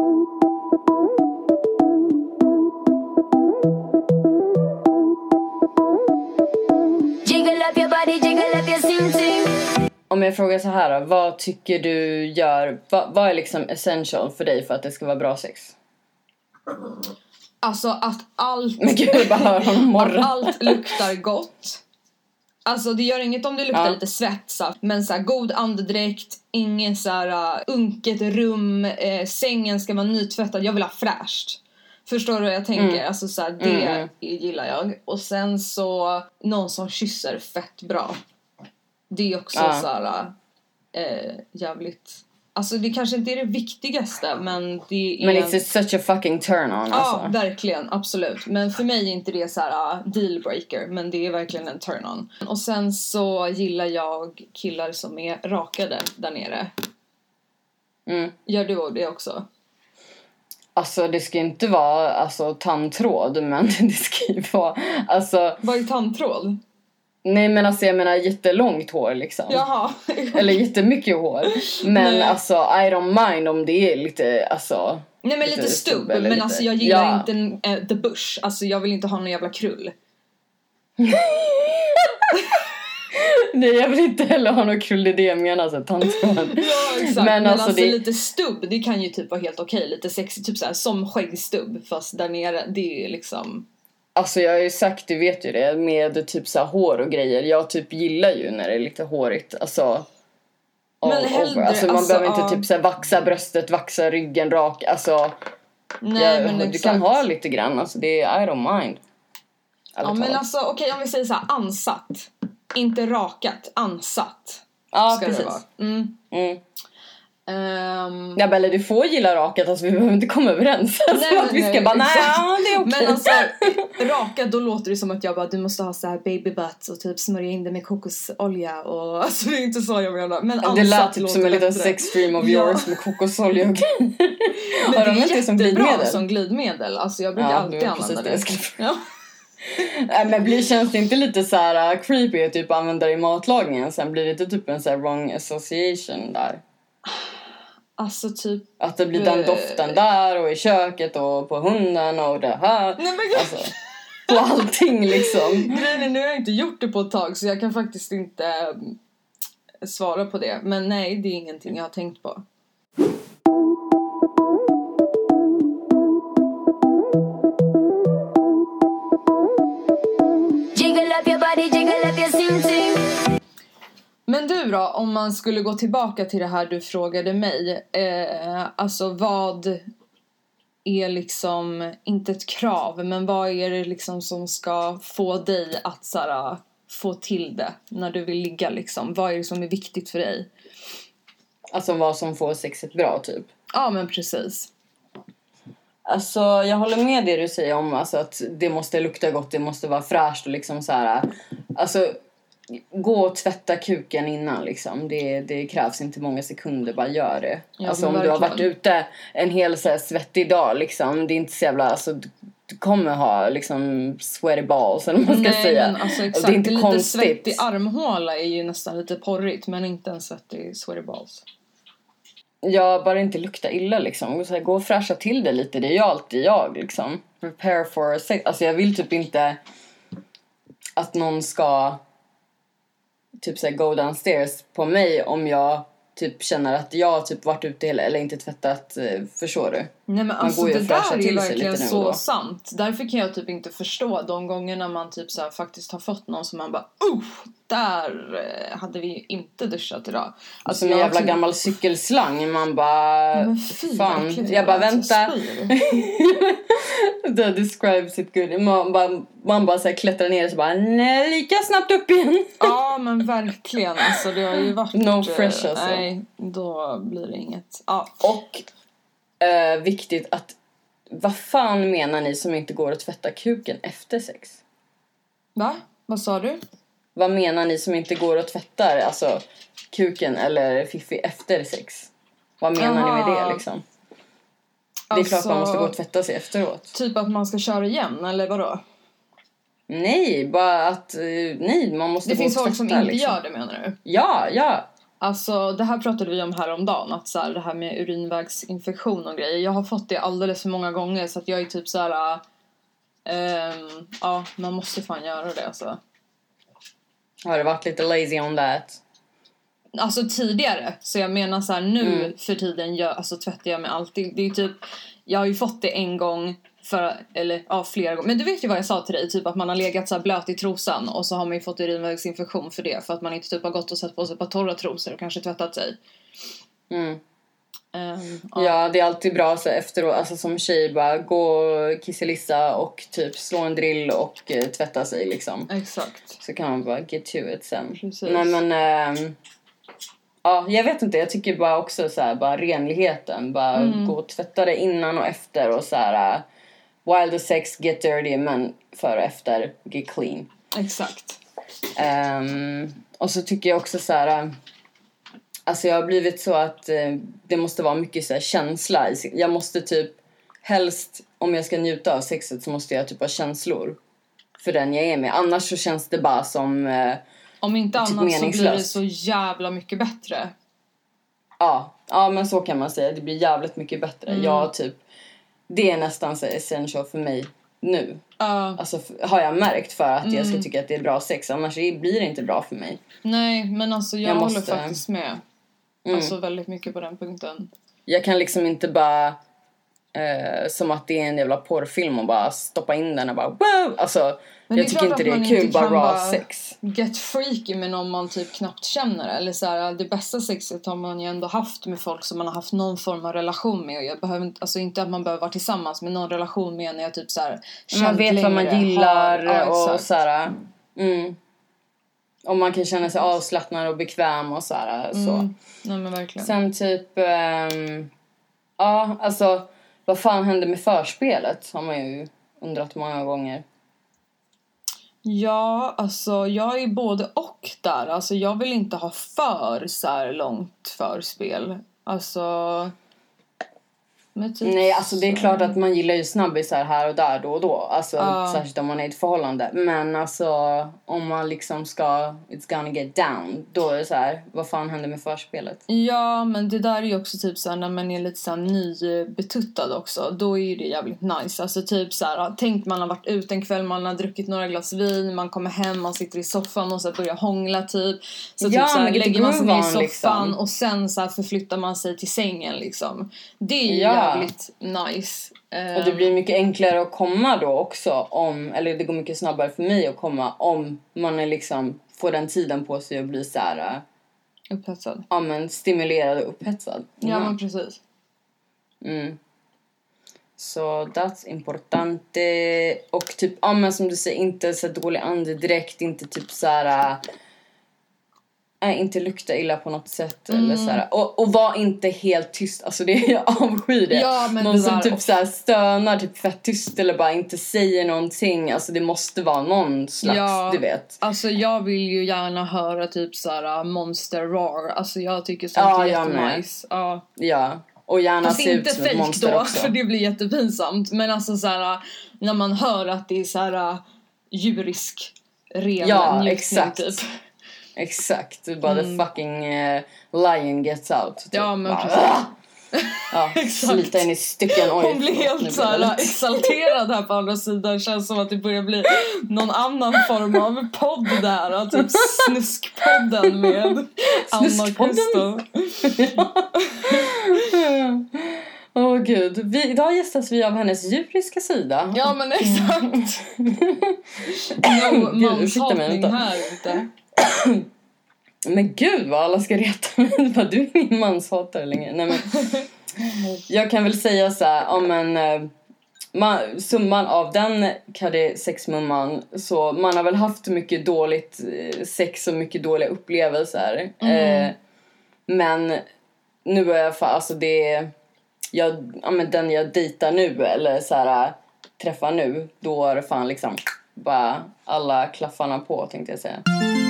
Om jag frågar så här då, vad tycker du gör, vad är liksom essential för dig för att det ska vara bra sex? Alltså att allt... Men gud, bara hör honom morgon. Att allt luktar gott. Alltså det gör inget om det luktar lite svett, men så här, god andedräkt, ingen så här unket rum, sängen ska vara nytvättad, jag vill ha fräscht. Förstår du vad jag tänker? Alltså så här, det gillar jag. Och sen så någon som kysser fett bra. Det är också så här jävligt. Alltså det kanske inte är det viktigaste, men det är... Men it's such a fucking turn on, alltså. Ja, verkligen, absolut. Men för mig är inte det så här dealbreaker, men det är verkligen en turn on. Och sen så gillar jag killar som är rakade där nere. Gör du det också? Alltså det ska inte vara tandtråd, men det ska ju vara alltså... Vad är tandtråd? Nej, men alltså jag menar jättelångt hår liksom. Jaha. Eller jättemycket hår. Men alltså I don't mind om det är lite, alltså... Nej, men lite stubb. Men lite... alltså jag gillar inte the bush. Alltså jag vill inte ha någon jävla krull. Nej, jag vill inte heller ha någon krull, det är det jag menar, så tandtråd. Ja, exakt. Men alltså det... lite stubb, det kan ju typ vara helt okej. Lite sexy, typ så här, som skäggstubb. Fast där nere, det är liksom... Alltså jag har ju sagt, du vet ju det, med typ så här hår och grejer. Jag typ gillar ju när det är lite hårigt, alltså... Men hellre, alltså man behöver inte typ så här vaxa bröstet, vaxa ryggen rak, alltså... Nej, men du kan ha lite grann, alltså det är, I don't mind. Ja, men alltså okej, om vi säger så här, ansatt. Inte rakat, ansatt. Ja, ska precis. Det vara. Ja, Bella, du får gilla rakat, alltså vi behöver inte komma överens. Alltså, nej, att vi ska bara, nej, det är okej. Men alltså, rakat, då låter det som att jag bara, du måste ha så här baby butt och typ smörja in det med kokosolja och alltså det är inte så jag menar. Men det lät typ som en liten sex stream of yours med kokosolja och men det är jättebra som glidmedel. Alltså jag brukar alltid använda det. Ja. Nej, men känns det inte lite så här creepy att typ använda det i matlagningen? Sen blir det inte typ en så här wrong association där. Alltså typ... Att det blir den doften där och i köket och på hunden och det här. Nej, men alltså, på allting liksom. Grejen, nu har jag inte gjort det på ett tag så jag kan faktiskt inte svara på det. Men nej, det är ingenting jag har tänkt på. Jiggle up your body, jiggle up your sing-sing. Men du då, om man skulle gå tillbaka till det här du frågade mig. Alltså vad är liksom, inte ett krav, men vad är det liksom som ska få dig att såhär, få till det när du vill ligga liksom? Vad är det som är viktigt för dig? Alltså vad som får sexet bra typ. Ja, men precis. Alltså jag håller med det du säger om alltså, att det måste lukta gott, det måste vara fräscht och liksom så här. Alltså gå och tvätta kuken innan liksom. Det krävs inte många sekunder, bara gör det. Ja, alltså om verkligen. du har varit ute en hel så här, svettig dag liksom, det är inte så jävla alltså, du kommer ha liksom sweaty balls eller vad man ska säga. Men alltså, exakt. Och det är inte lite konstigt. svettig armhåla är ju nästan lite porrigt, men inte en svettig sweaty balls. Ja, bara inte lukta illa liksom. Så här, gå och fräscha till det lite. Det är ju alltid jag liksom. Prepare for sex. Alltså jag vill typ inte att någon ska typ så här, go downstairs på mig om jag typ känner att jag typ varit ute eller inte tvättat, förstår du? Nej, men alltså går ju det och fräschar där är till ju sig verkligen lite nu och så då. sant. Därför kan jag typ inte förstå de gångerna man typ så här faktiskt har fått någon som man bara där hade vi ju inte duschat idag. Alltså Som en jävla gammal cykelslang. Man bara, men fy, fan. verkligen, Jag bara, alltså, vänta. spyr. Det describes it good. Man bara så här, klättrar ner och så bara, nej, lika snabbt upp igen. Ja, men verkligen. Alltså det har ju varit... No fresh alltså. Nej, då blir det inget. Ja. Och viktigt att, vad fan menar ni som inte går att tvätta kuken efter sex? Va? Vad sa du? Vad menar ni som inte går att tvätta alltså kuken eller fiffi efter sex? Vad menar ni med det liksom? Det är klart man måste gå och tvätta sig efteråt. Typ att man ska köra igen, eller vadå? Nej, bara att nej, man måste Det gå finns och folk tvätta som inte liksom. gör det, menar du? Ja. Alltså, det här pratade vi om häromdagen. Att så här, det här med urinvägsinfektion och grejer. Jag har fått det alldeles för många gånger. Så att jag är typ så här... ja, man måste fan göra det alltså. Har du varit lite lazy on that? Alltså tidigare. Så jag menar så här, nu för tiden alltså, tvättar jag mig alltid. Det är typ... Jag har ju fått det en gång. Flera gånger. Men du vet ju vad jag sa till dig. Typ att man har legat så här blöt i trosan. Och så har man ju fått urinvägsinfektion för det. För att man inte typ har gått och satt på sig ett par torra trosor. Och kanske tvättat sig. Ja, det är alltid bra så efteråt. Alltså som tjej bara gå och kisselissa. Och typ slå en drill och tvätta sig liksom. Exakt. Så kan man bara get to it sen. Precis. Nej men ja, jag vet inte, jag tycker bara också så här, bara renligheten, bara gå och tvätta det innan och efter och så här while the sex get dirty, men före och efter get clean. Exakt. Och så tycker jag också så här, alltså jag har blivit så att det måste vara mycket så här känsla. Jag måste typ helst, om jag ska njuta av sexet så måste jag typ ha känslor för den jag är med. Annars så känns det bara som om inte typ annat så blir det meningslöst. så jävla mycket bättre. Ja, men så kan man säga. Det blir jävligt mycket bättre. Jag typ, det är nästan så essential för mig nu. Alltså har jag märkt, för att jag ska tycka att det är bra sex. Annars blir det inte bra för mig. Nej, men alltså jag måste... håller faktiskt med. Alltså väldigt mycket på den punkten. Jag kan liksom inte bara som att det är en jävla porrfilm och bara stoppa in den och bara wow! Alltså men jag tycker inte det är kul, bara raw sex. Get freaky med någon man typ knappt känner. Eller så här, det bästa sexet har man ju ändå haft med folk som man har haft någon form av relation med. Och jag behöver inte, alltså inte att man behöver vara tillsammans med någon relation med när jag typ så här, man vet vad man gillar och exakt. så här. Och man kan känna sig avslappnad och bekväm och så här, så. Nej, men verkligen. Sen typ ja, alltså vad fan hände med förspelet har man ju undrat många gånger. Ja, alltså jag är både och där. Alltså jag vill inte ha för så här långt förspel. Alltså Nej, alltså det är klart att man gillar ju snabbisar här och där då och då. Alltså särskilt om man är i ett förhållande. Men alltså om man liksom ska it's gonna get down, då är det så här, vad fan händer med förspelet? Ja, men det där är ju också typ så här, när man är lite så här nybetuttad också, då är ju det jävligt nice. Alltså typ så här, tänk man har varit ute en kväll, man har druckit några glas vin, man kommer hem, man sitter i soffan och så här börjar hångla typ. Så typ så här, lägger man sig ner i soffan liksom. Och sen så här förflyttar man sig till sängen liksom. Det är ju jävligt nice. Och det blir mycket enklare att komma då också eller det går mycket snabbare för mig att komma om man är liksom får den tiden på sig att bli så här upphetsad. Ja, men stimulerad och upphetsad. Ja, men precis. Så that's importante. Och typ, ja men som du säger, inte så dålig andedräkt, inte typ så här inte lukta illa på något sätt eller så här. Och var inte helt tyst. Alltså det jag avskyr det. Ja, men någon som typ så här stönar typ fett tyst eller bara inte säger någonting. Alltså det måste vara någon slags, du vet. Alltså jag vill ju gärna höra typ så här Monster Roar. Alltså jag tycker sånt är jättenice. Ja. Och gärna se ut som ett monster då, också. För det blir jättepinsamt. Men alltså så här, när man hör att det är så här djurisk ren njutning exakt. Typ. Exakt, bara the fucking lion gets out typ. Ja, men slita in i stycken. Hon blir helt så här exalterad här på andra sidan. Känns som att det börjar bli någon annan form av podd där. Typ Snuskpodden med Anna Kusto. Åh gud, idag gästas vi av hennes djuriska sida. Ja, men exakt. Manshatning här ute. Men gud vad alla ska reta mig. Du är ingen manshatare längre. Nej, men jag kan väl säga så här, summan av den sexmumman, så man har väl haft mycket dåligt sex och mycket dåliga upplevelser. Men nu är jag alltså den jag dejtar nu eller så här träffar nu, då är det fan liksom bara alla klaffarna på, tänkte jag säga.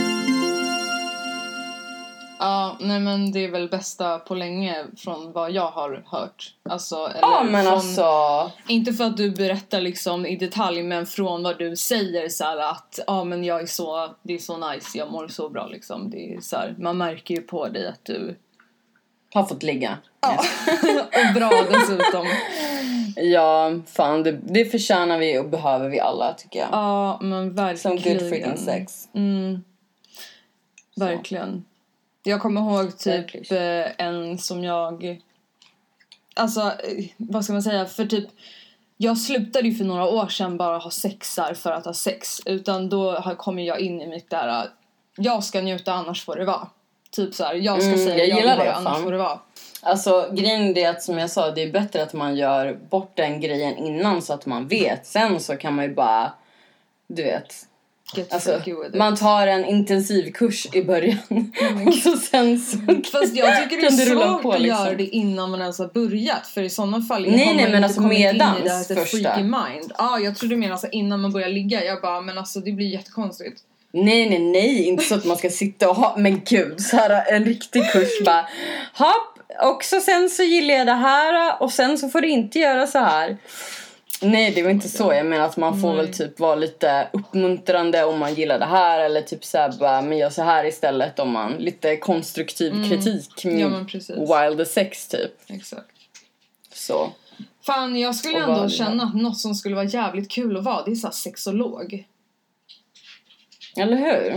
Ja, nej men det är väl bästa på länge från vad jag har hört. Alltså, eller inte för att du berättar liksom i detalj, men från vad du säger så här att men det är så nice, jag mår så bra liksom. Det är så här, man märker ju på dig att du har fått ligga. Ja, och bra dessutom. Ja, fan, det förtjänar vi och behöver vi alla, tycker jag. Ja, men verkligen. Som good freaking sex. Verkligen. Jag kommer ihåg typ en som jag... Alltså, vad ska man säga? För typ... Jag slutade ju för några år sedan bara ha sexar för att ha sex. Utan då kommer jag in i mitt där... Jag ska njuta, annars får det vara. Typ så här, jag ska säga jag gillar det, annars får det vara. Alltså, grejen är att, som jag sa, det är bättre att man gör bort den grejen innan så att man vet. Sen så kan man ju bara... Du vet... Alltså, man tar en intensiv kurs i början och så sen så fast jag tycker det är svårt på, liksom. Att göra det innan man ens har börjat. För i sådana fall har man men alltså medans in i det första freaky mind. Jag trodde mer alltså innan man börjar ligga. Jag bara, men alltså det blir jättekonstigt. Nej, inte så att man ska sitta och ha, men gud, så här en riktig kurs bara, hopp, också sen så gillar jag det här och sen så får du inte göra så här. Nej, det var inte så. Jag menar att man får väl typ vara lite uppmuntrande om man gillar det här. Eller typ såhär bara, men gör så här istället om man... Lite konstruktiv kritik med wild sex typ. Exakt. Så. Fan, jag skulle ändå känna att något som skulle vara jävligt kul att vara, det är såhär sexolog. Eller hur?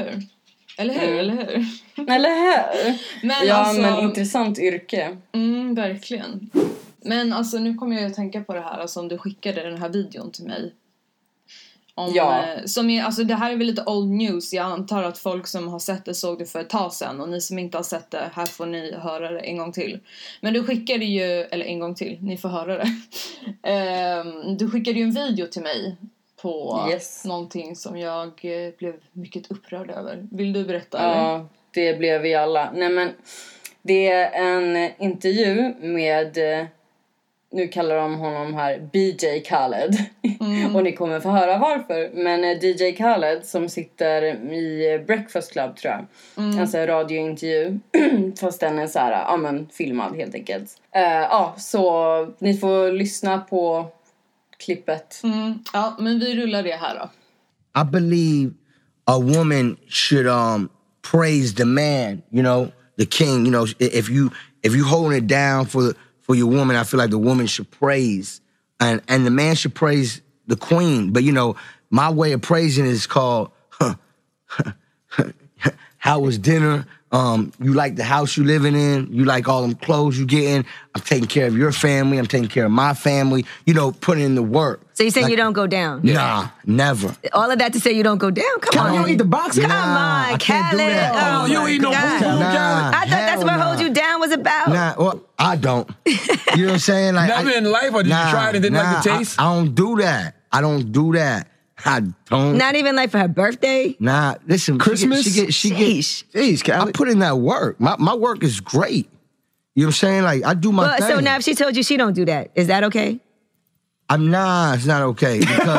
Men alltså, men intressant yrke. Verkligen. Men alltså nu kommer jag att tänka på det här, alltså, om du skickade den här videon till mig. Som är, alltså det här är väl lite old news. Jag antar att folk som har sett det såg det för ett tag sedan. Och ni som inte har sett det, här får ni höra det en gång till. Men du skickade ju, eller en gång till, ni får höra det. Du skickade ju en video till mig på någonting som jag blev mycket upprörd över. Vill du berätta? Ja, det blev vi alla. Nej, men det är en intervju med nu kallar de honom här BJ Khaled. Och ni kommer få höra varför. Men DJ Khaled som sitter i Breakfast Club tror jag. Alltså en radiointervju. Fast den är så här, ja men filmad helt enkelt. Så ni får lyssna på klippet. Ja, men vi rullar det här då. I believe a woman should praise the man, you know, the king. You know, if you holding it down for your woman, I feel like the woman should praise, and the man should praise the queen. But you know, my way of praising is called how was dinner? You like the house you living in? You like all them clothes you getting? I'm taking care of your family. I'm taking care of my family. You know, putting in the work. So you're saying you don't go down? Nah, never. All of that to say you don't go down? Come on. You don't eat the box? Come on, I can't do Khaled. that. Oh, you don't eat no God. food, Nah. I thought that's what Hold You Down was about. Nah, well, I don't. You know what I'm saying? Like, Never in life, or did you try it and didn't like the taste? I don't do that. I don't do that. I don't. Not even like for her birthday? Nah, listen. Christmas? She get. I put in that work. My work is great. You know what I'm saying? Like, I do my thing. So now if she told you she don't do that, is that okay? It's not okay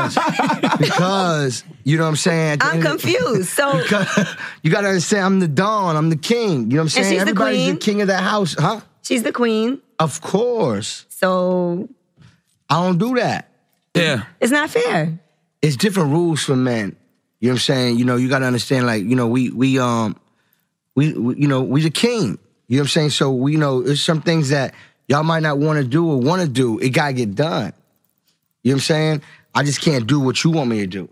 because you know what I'm saying. I'm confused. So you gotta understand, I'm the Don. I'm the king. You know what I'm saying? she's the Everybody's queen? the king of that house, huh? she's the queen. Of course. So I don't do that. Yeah. it's not fair. It's different rules for men. You know what I'm saying? You know, you gotta understand. Like, you know, we you know, we the king. You know what I'm saying? So we know there's some things that y'all might not want to do or want to do. It gotta get done. You know what I'm saying? I just can't do what you want me to do.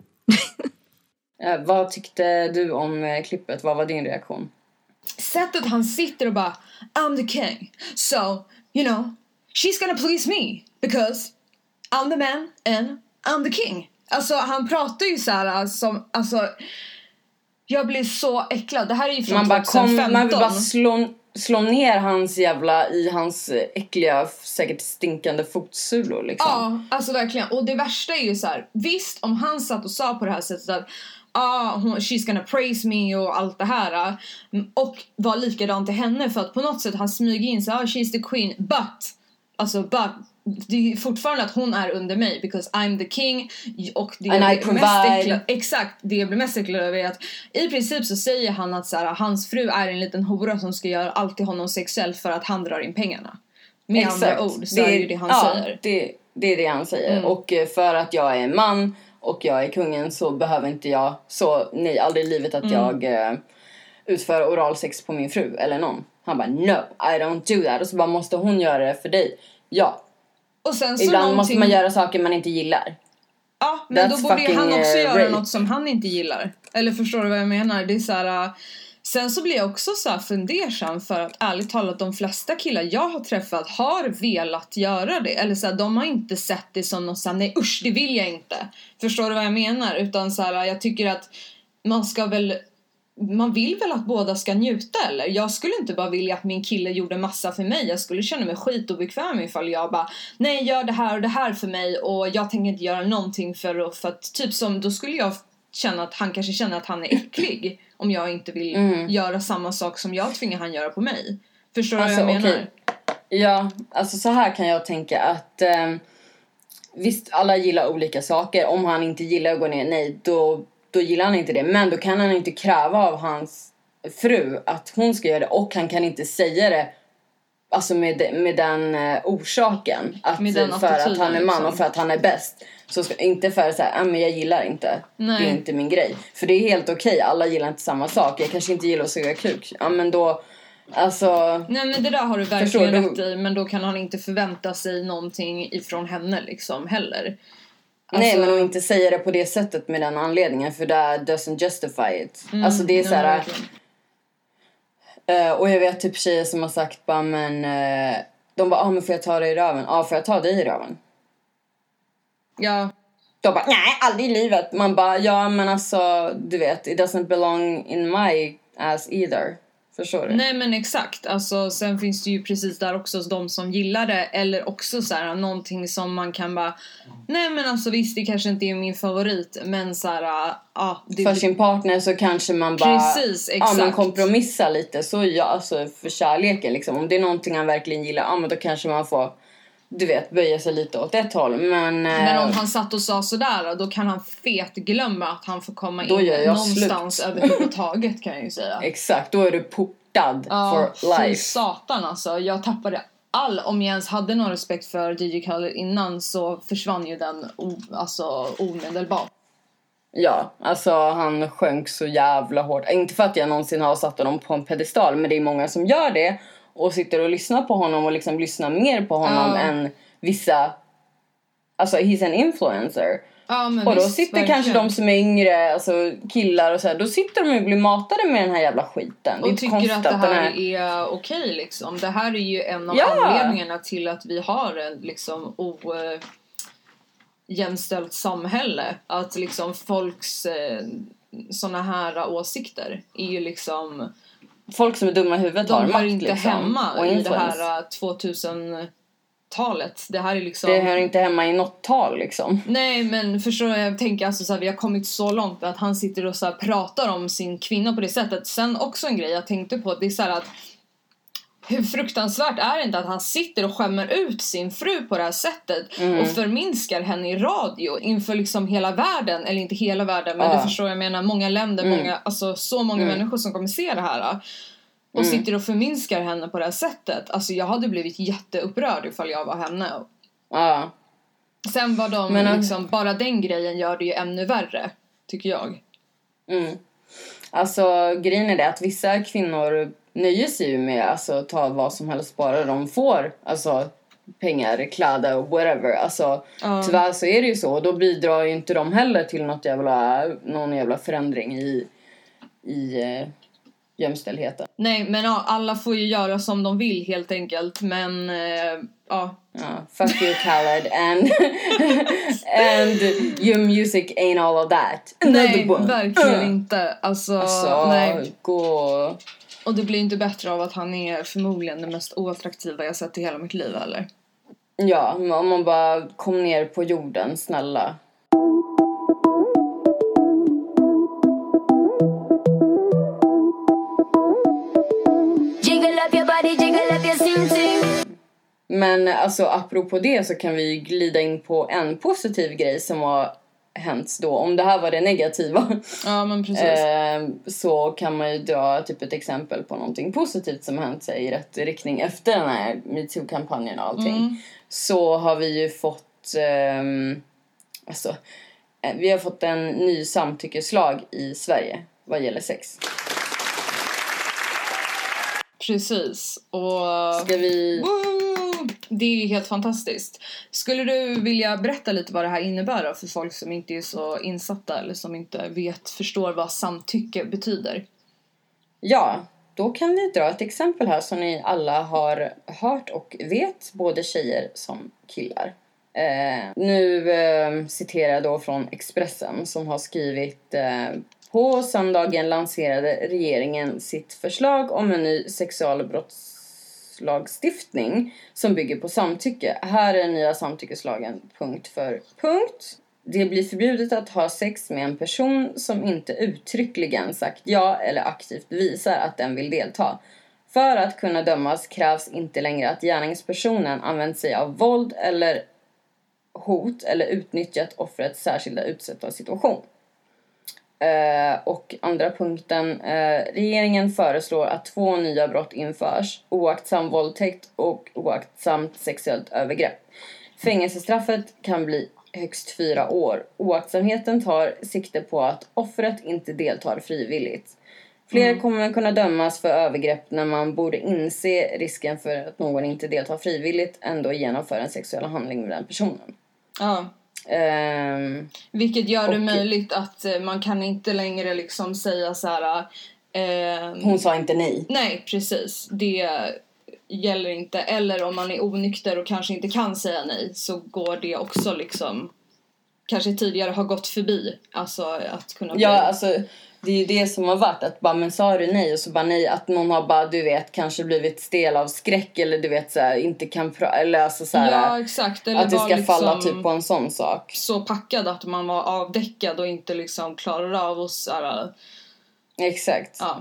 Vad tyckte du om klippet? Vad var din reaktion? Sättet han sitter och bara, I'm the king. So, you know, she's gonna please me. Because I'm the man and I'm the king. Alltså, han pratar ju så här som, alltså, jag blir så äcklad. Det här är ju från 2015. Man vill bara slå ner hans äckliga, säkert stinkande fotsulor liksom. Ja, alltså verkligen. Och det värsta är ju så här, visst om han satt och sa på det här sättet att she's gonna praise me och allt det här, och var likadant till henne, för att på något sätt han smyger in så she's the queen, but det är fortfarande att hon är under mig because I'm the king, och det jag blir mest äcklad över att i princip så säger han att så här, hans fru är en liten hora som ska göra allt till honom sexuellt för att han drar in pengarna. Med andra ord så är det ju det han säger. Det är det han säger. Och för att jag är en man och jag är kungen så behöver inte jag aldrig i livet att jag utför oralsex på min fru eller någon. Han bara, no, I don't do that. Och så bara, måste hon göra det för dig? Ja. Och sen så ibland måste man göra saker man inte gillar. Ja, men då borde han också göra rape. något som han inte gillar. Eller förstår du vad jag menar? Det är så här, sen så blir jag också så här fundersam, för att ärligt talat de flesta killar jag har träffat har velat göra det. Eller så här, de har inte sett det som något så här, nej usch, det vill jag inte. Förstår du vad jag menar? Utan så här, jag tycker att man vill väl att båda ska njuta, eller? Jag skulle inte bara vilja att min kille gjorde massa för mig. Jag skulle känna mig skitobekväm ifall jag bara, nej, gör det här och det här för mig och jag tänker inte göra någonting för att typ som, då skulle jag känna att han kanske känner att han är äcklig om jag inte vill göra samma sak som jag tvingar han göra på mig. Förstår du vad jag menar? Okay. Ja, alltså så här kan jag tänka att visst, alla gillar olika saker. Om han inte gillar att gå ner, nej, då gillar han inte det. Men då kan han inte kräva av hans fru att hon ska göra det. Och han kan inte säga det alltså med den orsaken. Med den för att han är man liksom. Och för att han är bäst. Så inte för att säga, men jag gillar inte. Nej. Det är inte min grej. För det är helt okej. Alla gillar inte samma sak. Jag kanske inte gillar att suga kuk. Ja, men då, alltså... Nej, men det där har du verkligen rätt i. Men då kan han inte förvänta sig någonting ifrån henne liksom heller. Alltså... Nej, men hon inte säger det på det sättet med den anledningen. För det doesn't justify it. Alltså det är så här... och jag vet typ tjejer som har sagt bara, men... de bara, men får jag ta dig i röven? Ja, får jag ta dig i röven? Ja. De bara, nej, aldrig i livet. Man bara, ja men alltså, du vet, it doesn't belong in my ass either. Förstår du? Nej, men exakt. Alltså, sen finns det ju precis där också de som gillar det. Eller också så här, någonting som man kan bara, nej men alltså visst, det kanske inte är min favorit. Men så här, det för sin partner så kanske man bara, precis, exakt. Man kompromissar lite. Så ja, alltså för kärleken liksom. Om det är någonting han verkligen gillar, men då kanske man får du vet, böja sig lite åt ett håll. Men om han satt och sa sådär, då kan han glömma att han får komma då in någonstans överhuvudtaget, kan jag ju säga. Exakt, då är du portad for life. Fy satan alltså. Jag tappade om jag ens hade någon respekt för DJ Khaled innan, så försvann ju den omedelbart. Ja, alltså han sjönk så jävla hårt. Inte för att jag någonsin har satt honom på en pedestal, men det är många som gör det och sitter och lyssnar på honom och liksom lyssnar mer på honom än vissa. Alltså he's an influencer. Men och då sitter verkligen kanske de som är yngre, alltså killar och så här, då sitter de och blir matade med den här jävla skiten. Och tycker att det här är okej liksom. Det här är ju en av anledningarna till att vi har en liksom jämställt samhälle. Att liksom folks såna här åsikter är ju liksom, folk som är dumma i huvudet har makt, inte liksom, hemma i det här 2000-talet. Det här är liksom, det hör inte hemma i något tal liksom. Nej, men förstår jag tänker alltså så här, vi har kommit så långt att han sitter och så här, pratar om sin kvinna på det sättet. Sen också en grej jag tänkte på, det är så här att hur fruktansvärt är det inte att han sitter och skämmer ut sin fru på det här sättet och förminskar henne i radio inför liksom hela världen, eller inte hela världen, men du förstår jag menar, många länder, många, alltså så många människor som kommer se det här och sitter och förminskar henne på det här sättet. Alltså jag hade blivit jätteupprörd ifall jag var henne. Sen var de liksom, bara den grejen gör det ju ännu värre, tycker jag. Alltså grejen är det att vissa kvinnor nöjer sig ju med alltså ta vad som helst bara de får, alltså pengar, kläder och whatever. Alltså tyvärr så är det ju så. Då bidrar ju inte de heller till någon jävla förändring i jämställdheten. Nej, men alla får ju göra som de vill helt enkelt. Men fuck you Khaled and your music ain't all of that. Nej, verkligen inte. Alltså nej. Gå. Och det blir inte bättre av att han är förmodligen det mest oattraktiva jag sett i hela mitt liv, eller? Ja, om man bara kom ner på jorden, snälla. Men alltså apropå det så kan vi glida in på en positiv grej som har hänt då. Om det här var det negativa. Ja, men precis. Så kan man ju dra typ ett exempel på någonting positivt som har hänt sig i rätt riktning efter den här MeToo-kampanjen och allting. Så har vi ju fått vi har fått en ny samtyckeslag i Sverige vad gäller sex. Precis. Och ska vi... Det är ju helt fantastiskt. Skulle du vilja berätta lite vad det här innebär då, för folk som inte är så insatta eller som inte förstår vad samtycke betyder? Ja, då kan vi dra ett exempel här som ni alla har hört och vet, både tjejer som killar. Nu citerar jag då från Expressen som har skrivit... På söndagen lanserade regeringen sitt förslag om en ny sexualbrottslagstiftning som bygger på samtycke. Här är den nya samtyckeslagen punkt för punkt. Det blir förbjudet att ha sex med en person som inte uttryckligen sagt ja eller aktivt visar att den vill delta. För att kunna dömas krävs inte längre att gärningspersonen använt sig av våld eller hot eller utnyttjat offrets särskilda utsatta situation. Och andra punkten, regeringen föreslår att 2 nya brott införs: oaktsam våldtäkt och oaktsamt sexuellt övergrepp. Fängelsestraffet kan bli högst 4 år. Oaktsamheten tar sikte på att offret inte deltar frivilligt. Fler kommer kunna dömas för övergrepp när man borde inse risken för att någon inte deltar frivilligt ändå genomför en sexuell handling med den personen. Ja. Vilket gör det möjligt att man kan inte längre liksom säga så här. Hon sa inte nej. Nej, precis. Det gäller inte. Eller om man är onykter och kanske inte kan säga nej, så går det också liksom kanske tidigare har gått förbi. Alltså att kunna bli... Ja, alltså det är ju det som har varit att bara, men sa du nej och så bara nej, att någon har bara, du vet, kanske blivit stel av skräck eller du vet så här, inte kan eller alltså så här, ja, exakt. Eller att det ska liksom falla typ på en sån sak. Så packad att man var avdäckad och inte liksom klarar av oss så här. Exakt. Ja.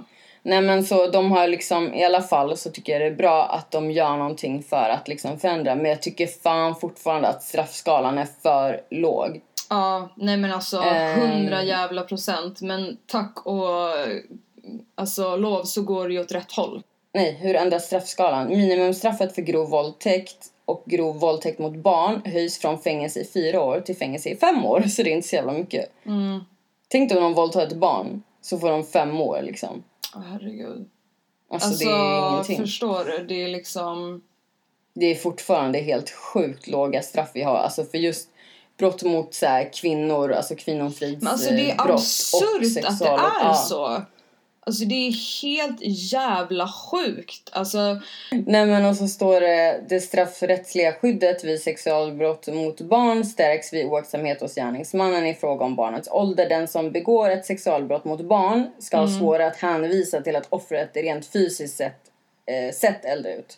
Nej men så de har liksom, i alla fall så tycker jag det är bra att de gör någonting för att liksom förändra. Men jag tycker fan fortfarande att straffskalan är för låg. Ja, nej men alltså 100%. Men tack och alltså lov så går det ju åt rätt håll. Nej, hur ändras straffskalan? Minimumstraffet för grov våldtäkt och grov våldtäkt mot barn höjs från fängelse i 4 år till fängelse i 5 år. Så det är inte så jävla mycket. Tänk dig om de våldtar ett barn så får de 5 år liksom. Herregud. Alltså det är ingenting. Förstår du? Det är liksom... Det är fortfarande helt sjukt låga straff vi har. Alltså för just brott mot så här, kvinnor, alltså kvinnofridsbrott. Men alltså det är absurt att det är så. Alltså det är helt jävla sjukt. Alltså... Nej men och så står det straffrättsliga skyddet vid sexualbrott mot barn stärks vid oaktsamhet hos gärningsmannen i fråga om barnets ålder. Den som begår ett sexualbrott mot barn ska ha svårare att hänvisa till att offret rent fysiskt sett äldre ut.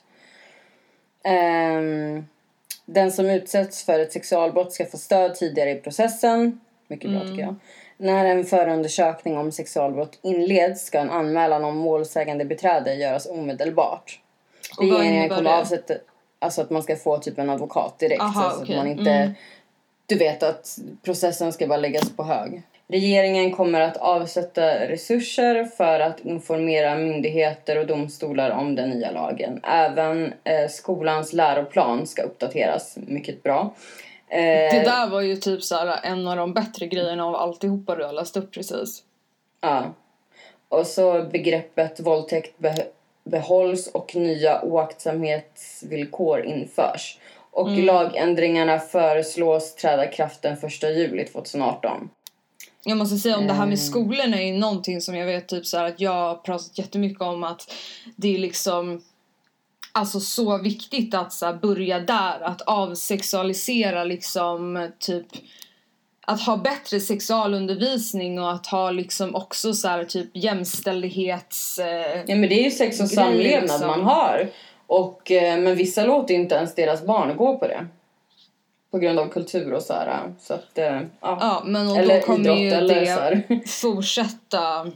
Den som utsätts för ett sexualbrott ska få stöd tidigare i processen. Mycket bra tycker jag. När en förundersökning om sexualbrott inleds ska en anmälan om målsägande beträde göras omedelbart. Regeringen kommer avsätta alltså att man ska få typ en advokat direkt. Aha, så att man inte... Du vet att processen ska bara läggas på hög. Regeringen kommer att avsätta resurser för att informera myndigheter och domstolar om den nya lagen. Även skolans läroplan ska uppdateras. Mycket bra. Det där var ju typ så här en av de bättre grejerna av alltihopa du har läst upp precis. Ja. Och så begreppet våldtäkt behålls och nya oaktsamhetsvillkor införs. Och lagändringarna föreslås träda kraft den 1 juli 2018. Jag måste säga om det här med skolorna är någonting som jag vet typ så här att jag har pratat jättemycket om att det är liksom alltså så viktigt att så här, börja där, att avsexualisera liksom typ att ha bättre sexualundervisning och att ha liksom också så här typ jämställdhets ja men det är ju sex och samlevnad liksom. Man har och men vissa låter inte ens deras barn gå på det. På grund av kultur och så här. Så att, ja, men och eller då kommer idrott, ju eller det så här. fortsätta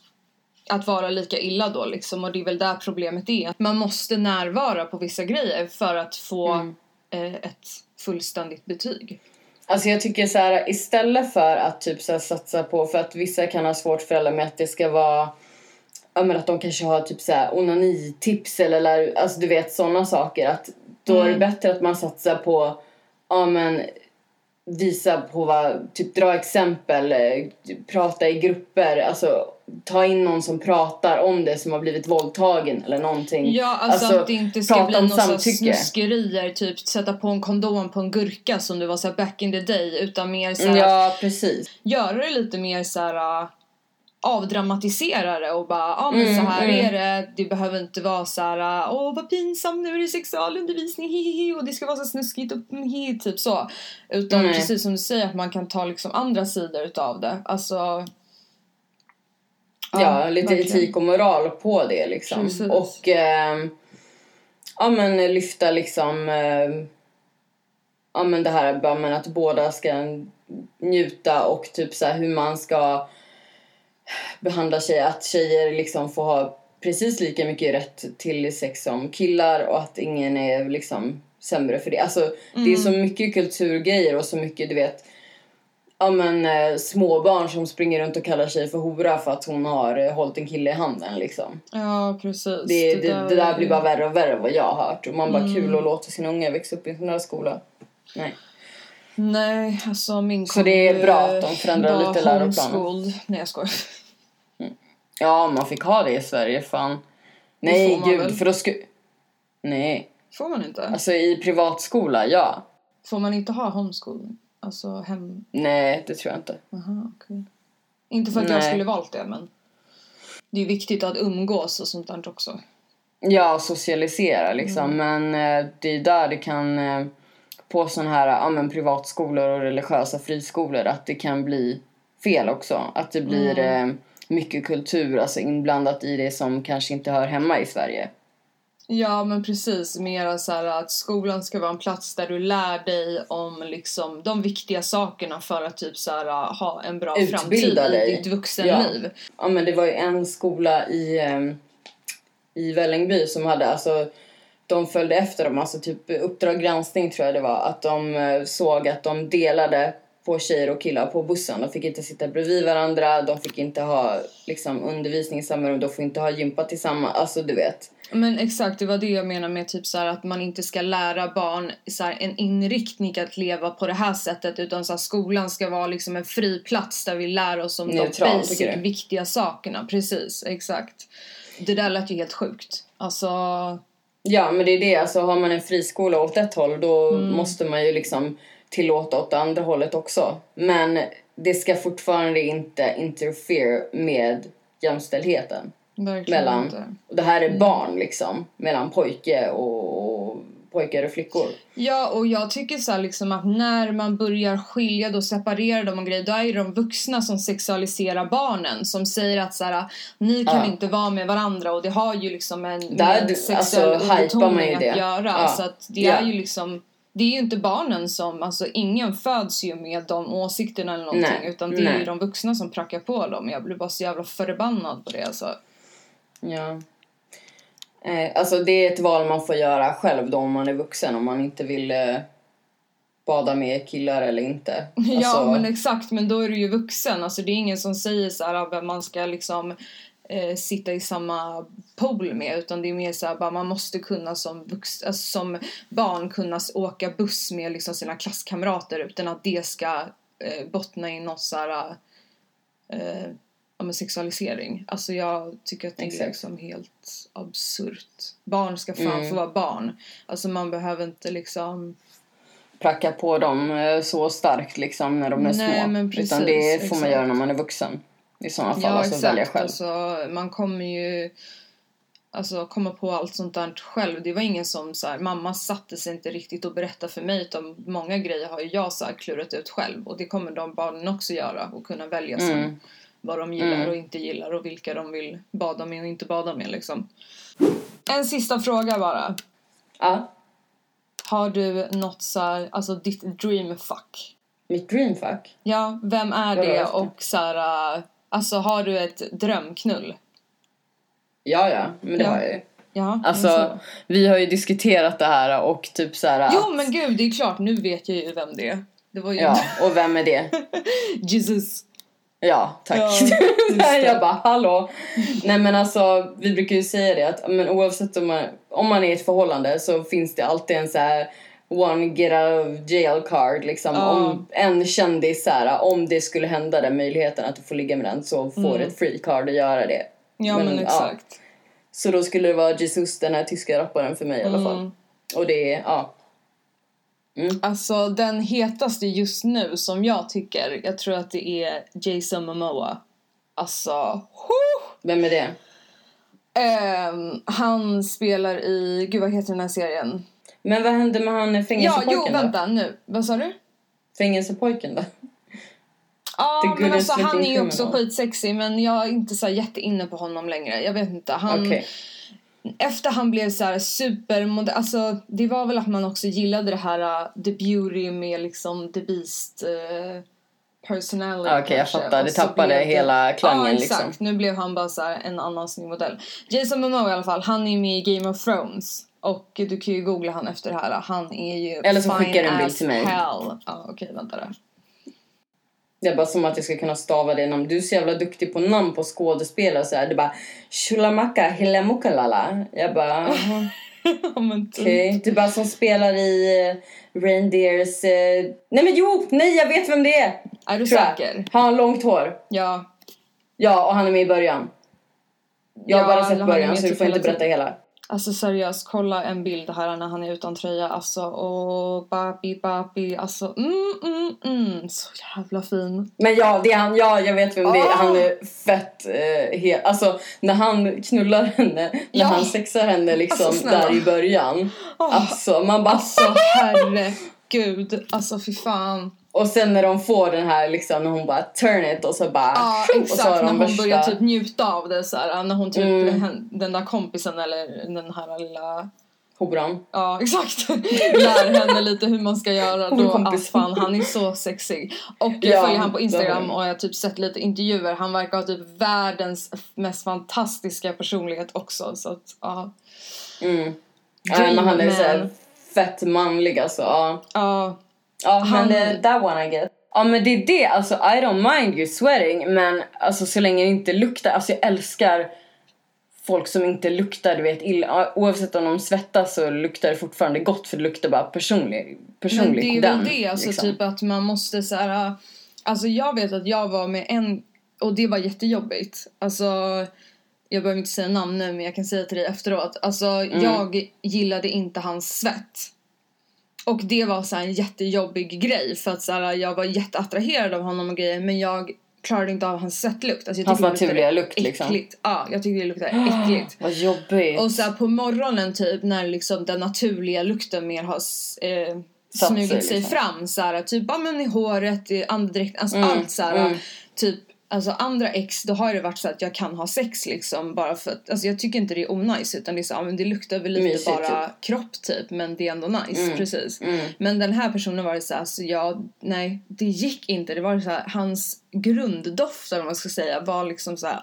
att vara lika illa då liksom. Och det är väl där problemet är. Att man måste närvara på vissa grejer för att få ett fullständigt betyg. Alltså jag tycker så här, istället för att typ så här, satsa på, för att vissa kan ha svårt föräldrar med att det ska vara, ja men att de kanske har typ så här onanitips eller alltså du vet sådana saker, att då är det bättre att man satsar på, ja men visa på vad, typ dra exempel, prata i grupper, alltså ta in någon som pratar om det som har blivit våldtagen eller någonting. Ja, alltså att det inte ska bli några snuskerier, typ sätta på en kondom på en gurka som det var så här back in the day, utan mer så här, ja, precis. Göra det lite mer så här avdramatisera det och bara, men så här är det behöver inte vara så här, vad pinsamt, nu är det sexualundervisning, hihihi, och det ska vara så snuskigt och hihi, typ så, utan precis som du säger att man kan ta liksom andra sidor utav det, alltså ja lite verkligen. Etik och moral på det liksom. Precis. Och ja men lyfta liksom ja men det här men att båda ska njuta och typ så här hur man ska behandla tjejer, att tjejer liksom får ha precis lika mycket rätt till sex som killar och att ingen är liksom sämre för det. Alltså det är så mycket kulturgrejer och så mycket du vet, ja men småbarn som springer runt och kallar sig för hora för att hon har hållit en kille i handen liksom. Ja, precis. Det där blir bara värre och värre vad jag har hört. Och man bara kul att låta sina unga växa upp i en sån där skola. Nej, alltså min så det är bra att de förändrar lite läroplanen. Nej, jag skojar. Ja, man fick ha det i Sverige, fan. Nej, gud, väl? För då nej. Får man inte? Alltså i privatskola, ja. Får man inte ha homeschooling? Alltså hem... Nej, det tror jag inte. Aha, okej. Inte för att jag skulle valt det, men det är viktigt att umgås och sånt där också. Ja, socialisera liksom. Men det är där det kan... på sån här privatskolor och religiösa friskolor att det kan bli fel också. Att det blir mycket kultur alltså inblandat i det som kanske inte hör hemma i Sverige. Ja, men precis. Mer så här att skolan ska vara en plats där du lär dig om liksom de viktiga sakerna för att typ så här ha en bra framtid i ditt vuxenliv. Ja, men det var ju en skola i Vällingby som hade, alltså de följde efter dem, alltså typ Uppdrag granskning tror jag det var, att de såg att de delade på tjejer och killar på bussen. De fick inte sitta bredvid varandra, de fick inte ha liksom undervisning i samma rum, de får inte ha gympa tillsammans, alltså du vet. Men exakt, det var det jag menar med typ så här att man inte ska lära barn så här, en inriktning att leva på det här sättet, utan så här, skolan ska vara liksom en fri plats där vi lär oss om de basic viktiga sakerna. Precis, exakt. Det där lät ju helt sjukt. Alltså... Ja, men det är det, alltså har man en friskola åt ett håll då måste man ju liksom tillåta åt det andra hållet också. Men det ska fortfarande inte interfere med jämställdheten. Mellan, och det här är barn liksom, mellan pojkar och flickor. Ja, och jag tycker så här, liksom att när man börjar skilja då, separera dem och grejer, då är det de vuxna som sexualiserar barnen, som säger att så här, ni kan inte vara med varandra, och det har ju liksom en sexuell undertoning att göra, så att det är ju liksom, det är ju inte barnen som, alltså ingen föds ju med de åsikterna eller någonting, utan det är ju de vuxna som prackar på dem. Jag blir bara så jävla förbannad på det, alltså. Ja. Alltså det är ett val man får göra själv då om man är vuxen, om man inte vill bada med killar eller inte. Alltså... Ja, men exakt, men då är du ju vuxen. Alltså det är ingen som säger så här att man ska liksom sitta i samma pool med, utan det är mer så här bara man måste kunna som barn kunna åka buss med liksom sina klasskamrater utan att det ska bottna i något så här sexualisering. Alltså jag tycker att det är liksom helt absurt. Barn ska fan få vara barn. Alltså man behöver inte liksom pracka på dem så starkt liksom när de är små. Men precis, utan det får man göra när man är vuxen. I sådana fall, alltså välja själv. Alltså, man kommer ju komma på allt sånt där själv. Det var ingen som så här, mamma satte sig inte riktigt och berättade för mig, utan många grejer har ju jag så här klurat ut själv, och det kommer de barnen också göra och kunna välja sen. Vad de gillar och inte gillar, och vilka de vill bada med och inte bada med liksom. En sista fråga bara. Ja. Har du något så här, alltså ditt dream fuck? Mitt dream fuck? Ja, vem är det? Och så här, alltså har du ett drömknull? Ja, men det har jag ju. Ja, alltså, vi har ju diskuterat det här och typ så här. Jo, men gud, det är klart, nu vet jag ju vem det är. Det var ju... Ja, och vem är det? Jesus. Ja, tack. Ja, jag bara, hallå. Nej, men alltså, vi brukar ju säga det att men oavsett om man är i ett förhållande så finns det alltid en så här one get out of jail card liksom. Om en kändis så här, om det skulle hända den möjligheten att du får ligga med den, så får du ett free card att göra det. Ja, men exakt. Ja. Så då skulle det vara Jesus, den här tyska rapparen för mig i alla fall. Och det är, Alltså den hetaste just nu som jag tycker, jag tror att det är Jason Momoa. Alltså, Vem är det? Han spelar i, gud vad heter den här serien? Men vad hände med han fängelsepojken då? Vänta nu, vad sa du? Fängelsepojken då? Ja, men alltså han är ju också skitsexig, men jag är inte så jätteinne på honom längre. Jag vet inte, efter han blev så här supermodell, alltså det var väl att man också gillade det här The Beauty med liksom The Beast personality. Okej, jag fattar, det tappade hela klangen. Ja, exakt, liksom. Nu blev han bara så här en annan snygg modell. Jason Momoa i alla fall, han är med i Game of Thrones. Och du kan ju googla han efter det här. Han är ju eller så skickar du en bild till mig. Okej, vänta där. Det är bara som att jag ska kunna stava det namn. Du är så jävla duktig på namn på skådespelare så här. Det är bara Shulamaka Hilamukalala. Jag bara okej. Du bara som spelar i Reindeers Nej, jag vet vem det är. Är du säker? Han har långt hår. Ja. Ja, och han är med i början. Jag har bara sett början, så du får inte berätta hela. Alltså seriöst, kolla en bild här när han är utan tröja. Alltså, papi. Alltså, så jävla fin. Men ja, det är han. Ja, jag vet vem det är. Han är fett alltså, när han knullar henne, när han sexar henne liksom alltså, där i början. Alltså, man bara alltså, herre. gud, alltså fy fan. Och sen när de får den här liksom, när hon bara turn it och så bara ja, exakt, och så när hon värsta... börjar typ njuta av det så här, när hon typ den där kompisen eller den här lilla horan. Ja, exakt. Lär henne lite hur man ska göra då. Fan, han är så sexig. Och jag följer han på Instagram och jag har typ sett lite intervjuer. Han verkar ha typ världens mest fantastiska personlighet också. Så att, ja. Men han är så fett manlig alltså. Ja, men that one I get. Ja, men det är det. Alltså, I don't mind you sweating. Men alltså så länge det inte luktar. Alltså jag älskar folk som inte luktar, du vet, illa. Oavsett om de svettas så luktar det fortfarande gott. För det luktar bara personligt. Men det är väl det, alltså liksom. Typ att man måste så här. Alltså jag vet att jag var med en, och det var jättejobbigt. Alltså jag behöver inte säga namn nu, men jag kan säga till dig efteråt. Alltså jag gillade inte hans svett. Och det var så här en jättejobbig grej. För att så här, jag var jätteattraherad av honom och grejer. Men jag klarade inte av hans svettlukt. Alltså, hans naturliga lukt liksom. Ja, jag tyckte det luktade äckligt. Vad jobbigt. Och så här, på morgonen typ, när liksom den naturliga lukten mer har smugit sig liksom fram. Så här, typ men i håret, i andedräkt, alltså allt så här. Typ, alltså andra ex, då har det varit så att jag kan ha sex liksom. Bara för att, alltså jag tycker inte det är onajs. Utan det är så, men det luktar väl lite mysigt, bara typ kropp typ. Men det är ändå nice, precis. Men den här personen var det så här, så nej, det gick inte. Det var så här, hans grunddoft, eller vad man ska säga, var liksom så här,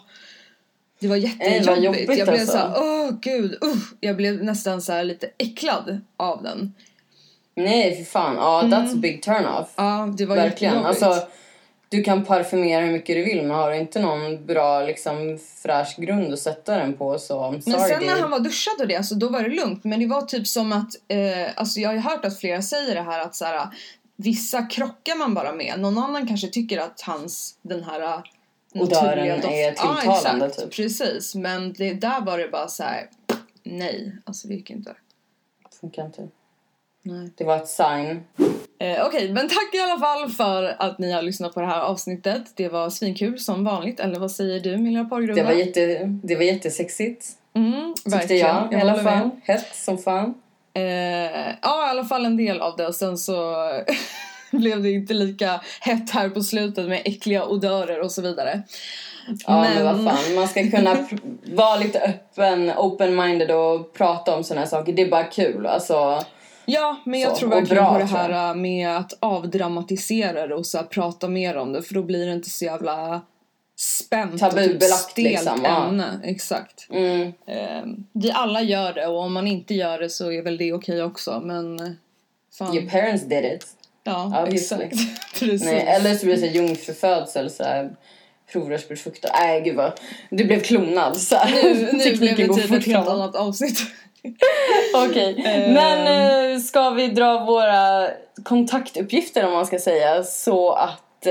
det var jättejobbigt. Jag blev alltså så här, gud, jag blev nästan så här lite äcklad av den. Nej, för fan. That's a big turn off. Ja, det var verkligen. Jättejobbigt. Alltså, du kan parfymera hur mycket du vill, men har du inte någon bra liksom fräsch grund att sätta den på, så men sen när han var duschad och det, alltså, då var det lugnt. Men det var typ som att alltså jag har hört att flera säger det här, att så här, vissa krockar man bara med. Någon annan kanske tycker att den här odören är tilltalande exakt, typ. Precis, men där var det bara så här, nej, alltså det gick inte. Det funkar inte. Nej. Det var ett sign. Okej, men tack i alla fall för att ni har lyssnat på det här avsnittet. Det var svinkul som vanligt. Eller vad säger du, min lilla porrgrubba? Det var jättesexigt. Verkligen. Jag i alla fall. Hett som fan. Ja, i alla fall en del av det. Och sen så blev det inte lika hett här på slutet med äckliga odörer och så vidare. Ja, men vad fan. Man ska kunna vara lite open-minded och prata om såna här saker. Det är bara kul, alltså. Ja, men jag tror verkligen på det här med att avdramatisera det och så här, prata mer om det. För då blir det inte så jävla spänt tabubelagt liksom. ämne. Exakt. Vi alla gör det, och om man inte gör det så är väl det okej också. Men fan. Your parents did it. Ja, exakt. Precis. Nej, eller så blir det så jungfrufödsel, så här provrörsbefruktad. Nej, gud vad. Du blev klonad så här. Nu blev det typ ett helt annat avsnitt. Okej, men ska vi dra våra kontaktuppgifter, om man ska säga, så att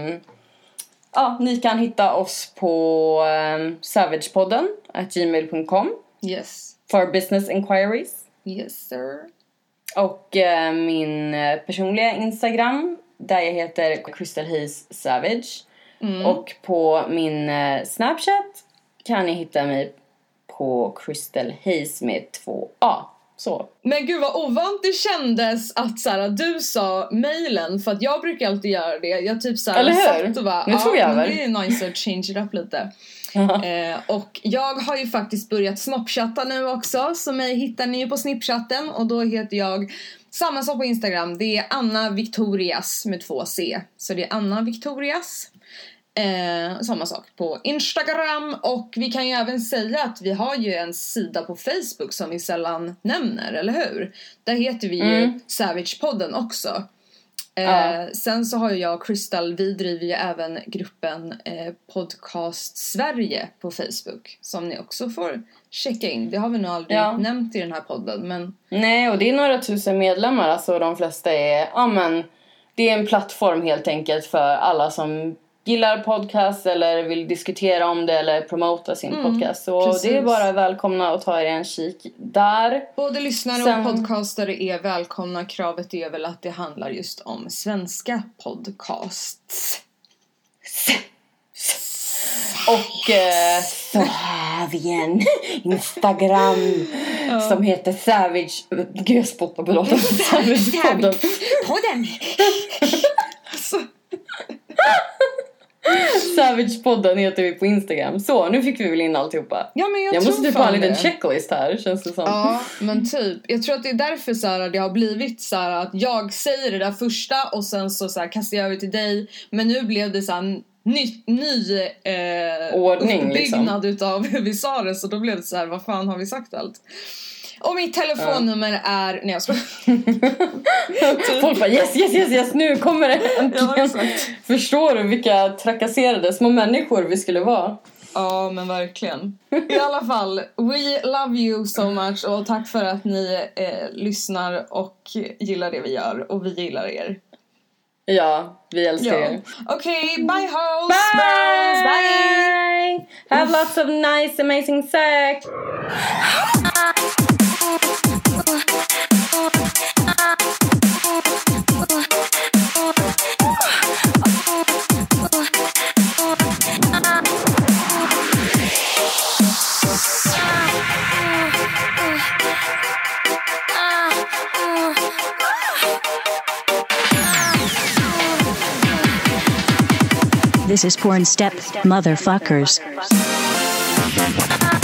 ni kan hitta oss på savagepodden @gmail.com. Yes. For business inquiries. Yes, sir. Och min personliga Instagram, där jag heter Crystal Hayes Savage. Och på min Snapchat kan ni hitta mig på Crystal Hayes med 2A. Så. Men gud vad ovant det kändes att Sara, du sa mailen, för att jag brukar alltid göra det. Jag typ så här satt och bara, men det är nice att change it up lite. Och jag har ju faktiskt börjat snoppchatta nu också, så mig hittar ni ju på Snipchatten, och då heter jag samma sak på Instagram. Det är Anna Victorias med 2C. Så det är Anna Victorias. Samma sak på Instagram. Och vi kan ju även säga att vi har ju en sida på Facebook som vi sällan nämner, eller hur? Där heter vi ju Savagepodden också. Sen så har ju jag och Crystal, vi driver ju även gruppen Podcast Sverige på Facebook, som ni också får checka in. Det har vi nog aldrig nämnt i den här podden, men... Nej, och det är några tusen medlemmar. Alltså de flesta är... det är en plattform helt enkelt för alla som gillar podcast eller vill diskutera om det eller promota sin podcast. Så precis. Det är bara välkomna att ta er en kik där. Både lyssnare och podcastare är välkomna. Kravet är väl att det handlar just om svenska podcasts. Och så har vi en Instagram som heter Savage. Gud, jag spottar på låten. Savage-podden. Savage-podden heter vi på Instagram. Så, nu fick vi väl in alltihopa. Ja, men jag måste typ ha en liten checklist här, känns det som. Ja, men typ. Jag tror att det är därför så här, det har blivit så här att jag säger det där första och sen så här, kastar jag över till dig. Men nu blev det så här ny ordning uppbyggnad utav hur vi sa det. Så då blev det så här, vad fan har vi sagt allt? Och mitt telefonnummer är... Nej, jag skojar. Folk bara yes, nu kommer det äntligen. Ja, förstår du vilka trakasserade små människor vi skulle vara? Ja, men verkligen. I alla fall, we love you so much. Och tack för att ni lyssnar och gillar det vi gör. Och vi gillar er. Ja, vi älskar er. Okej, bye hoes. Bye. Have lots of nice, amazing sex. This is Porn Step, motherfuckers.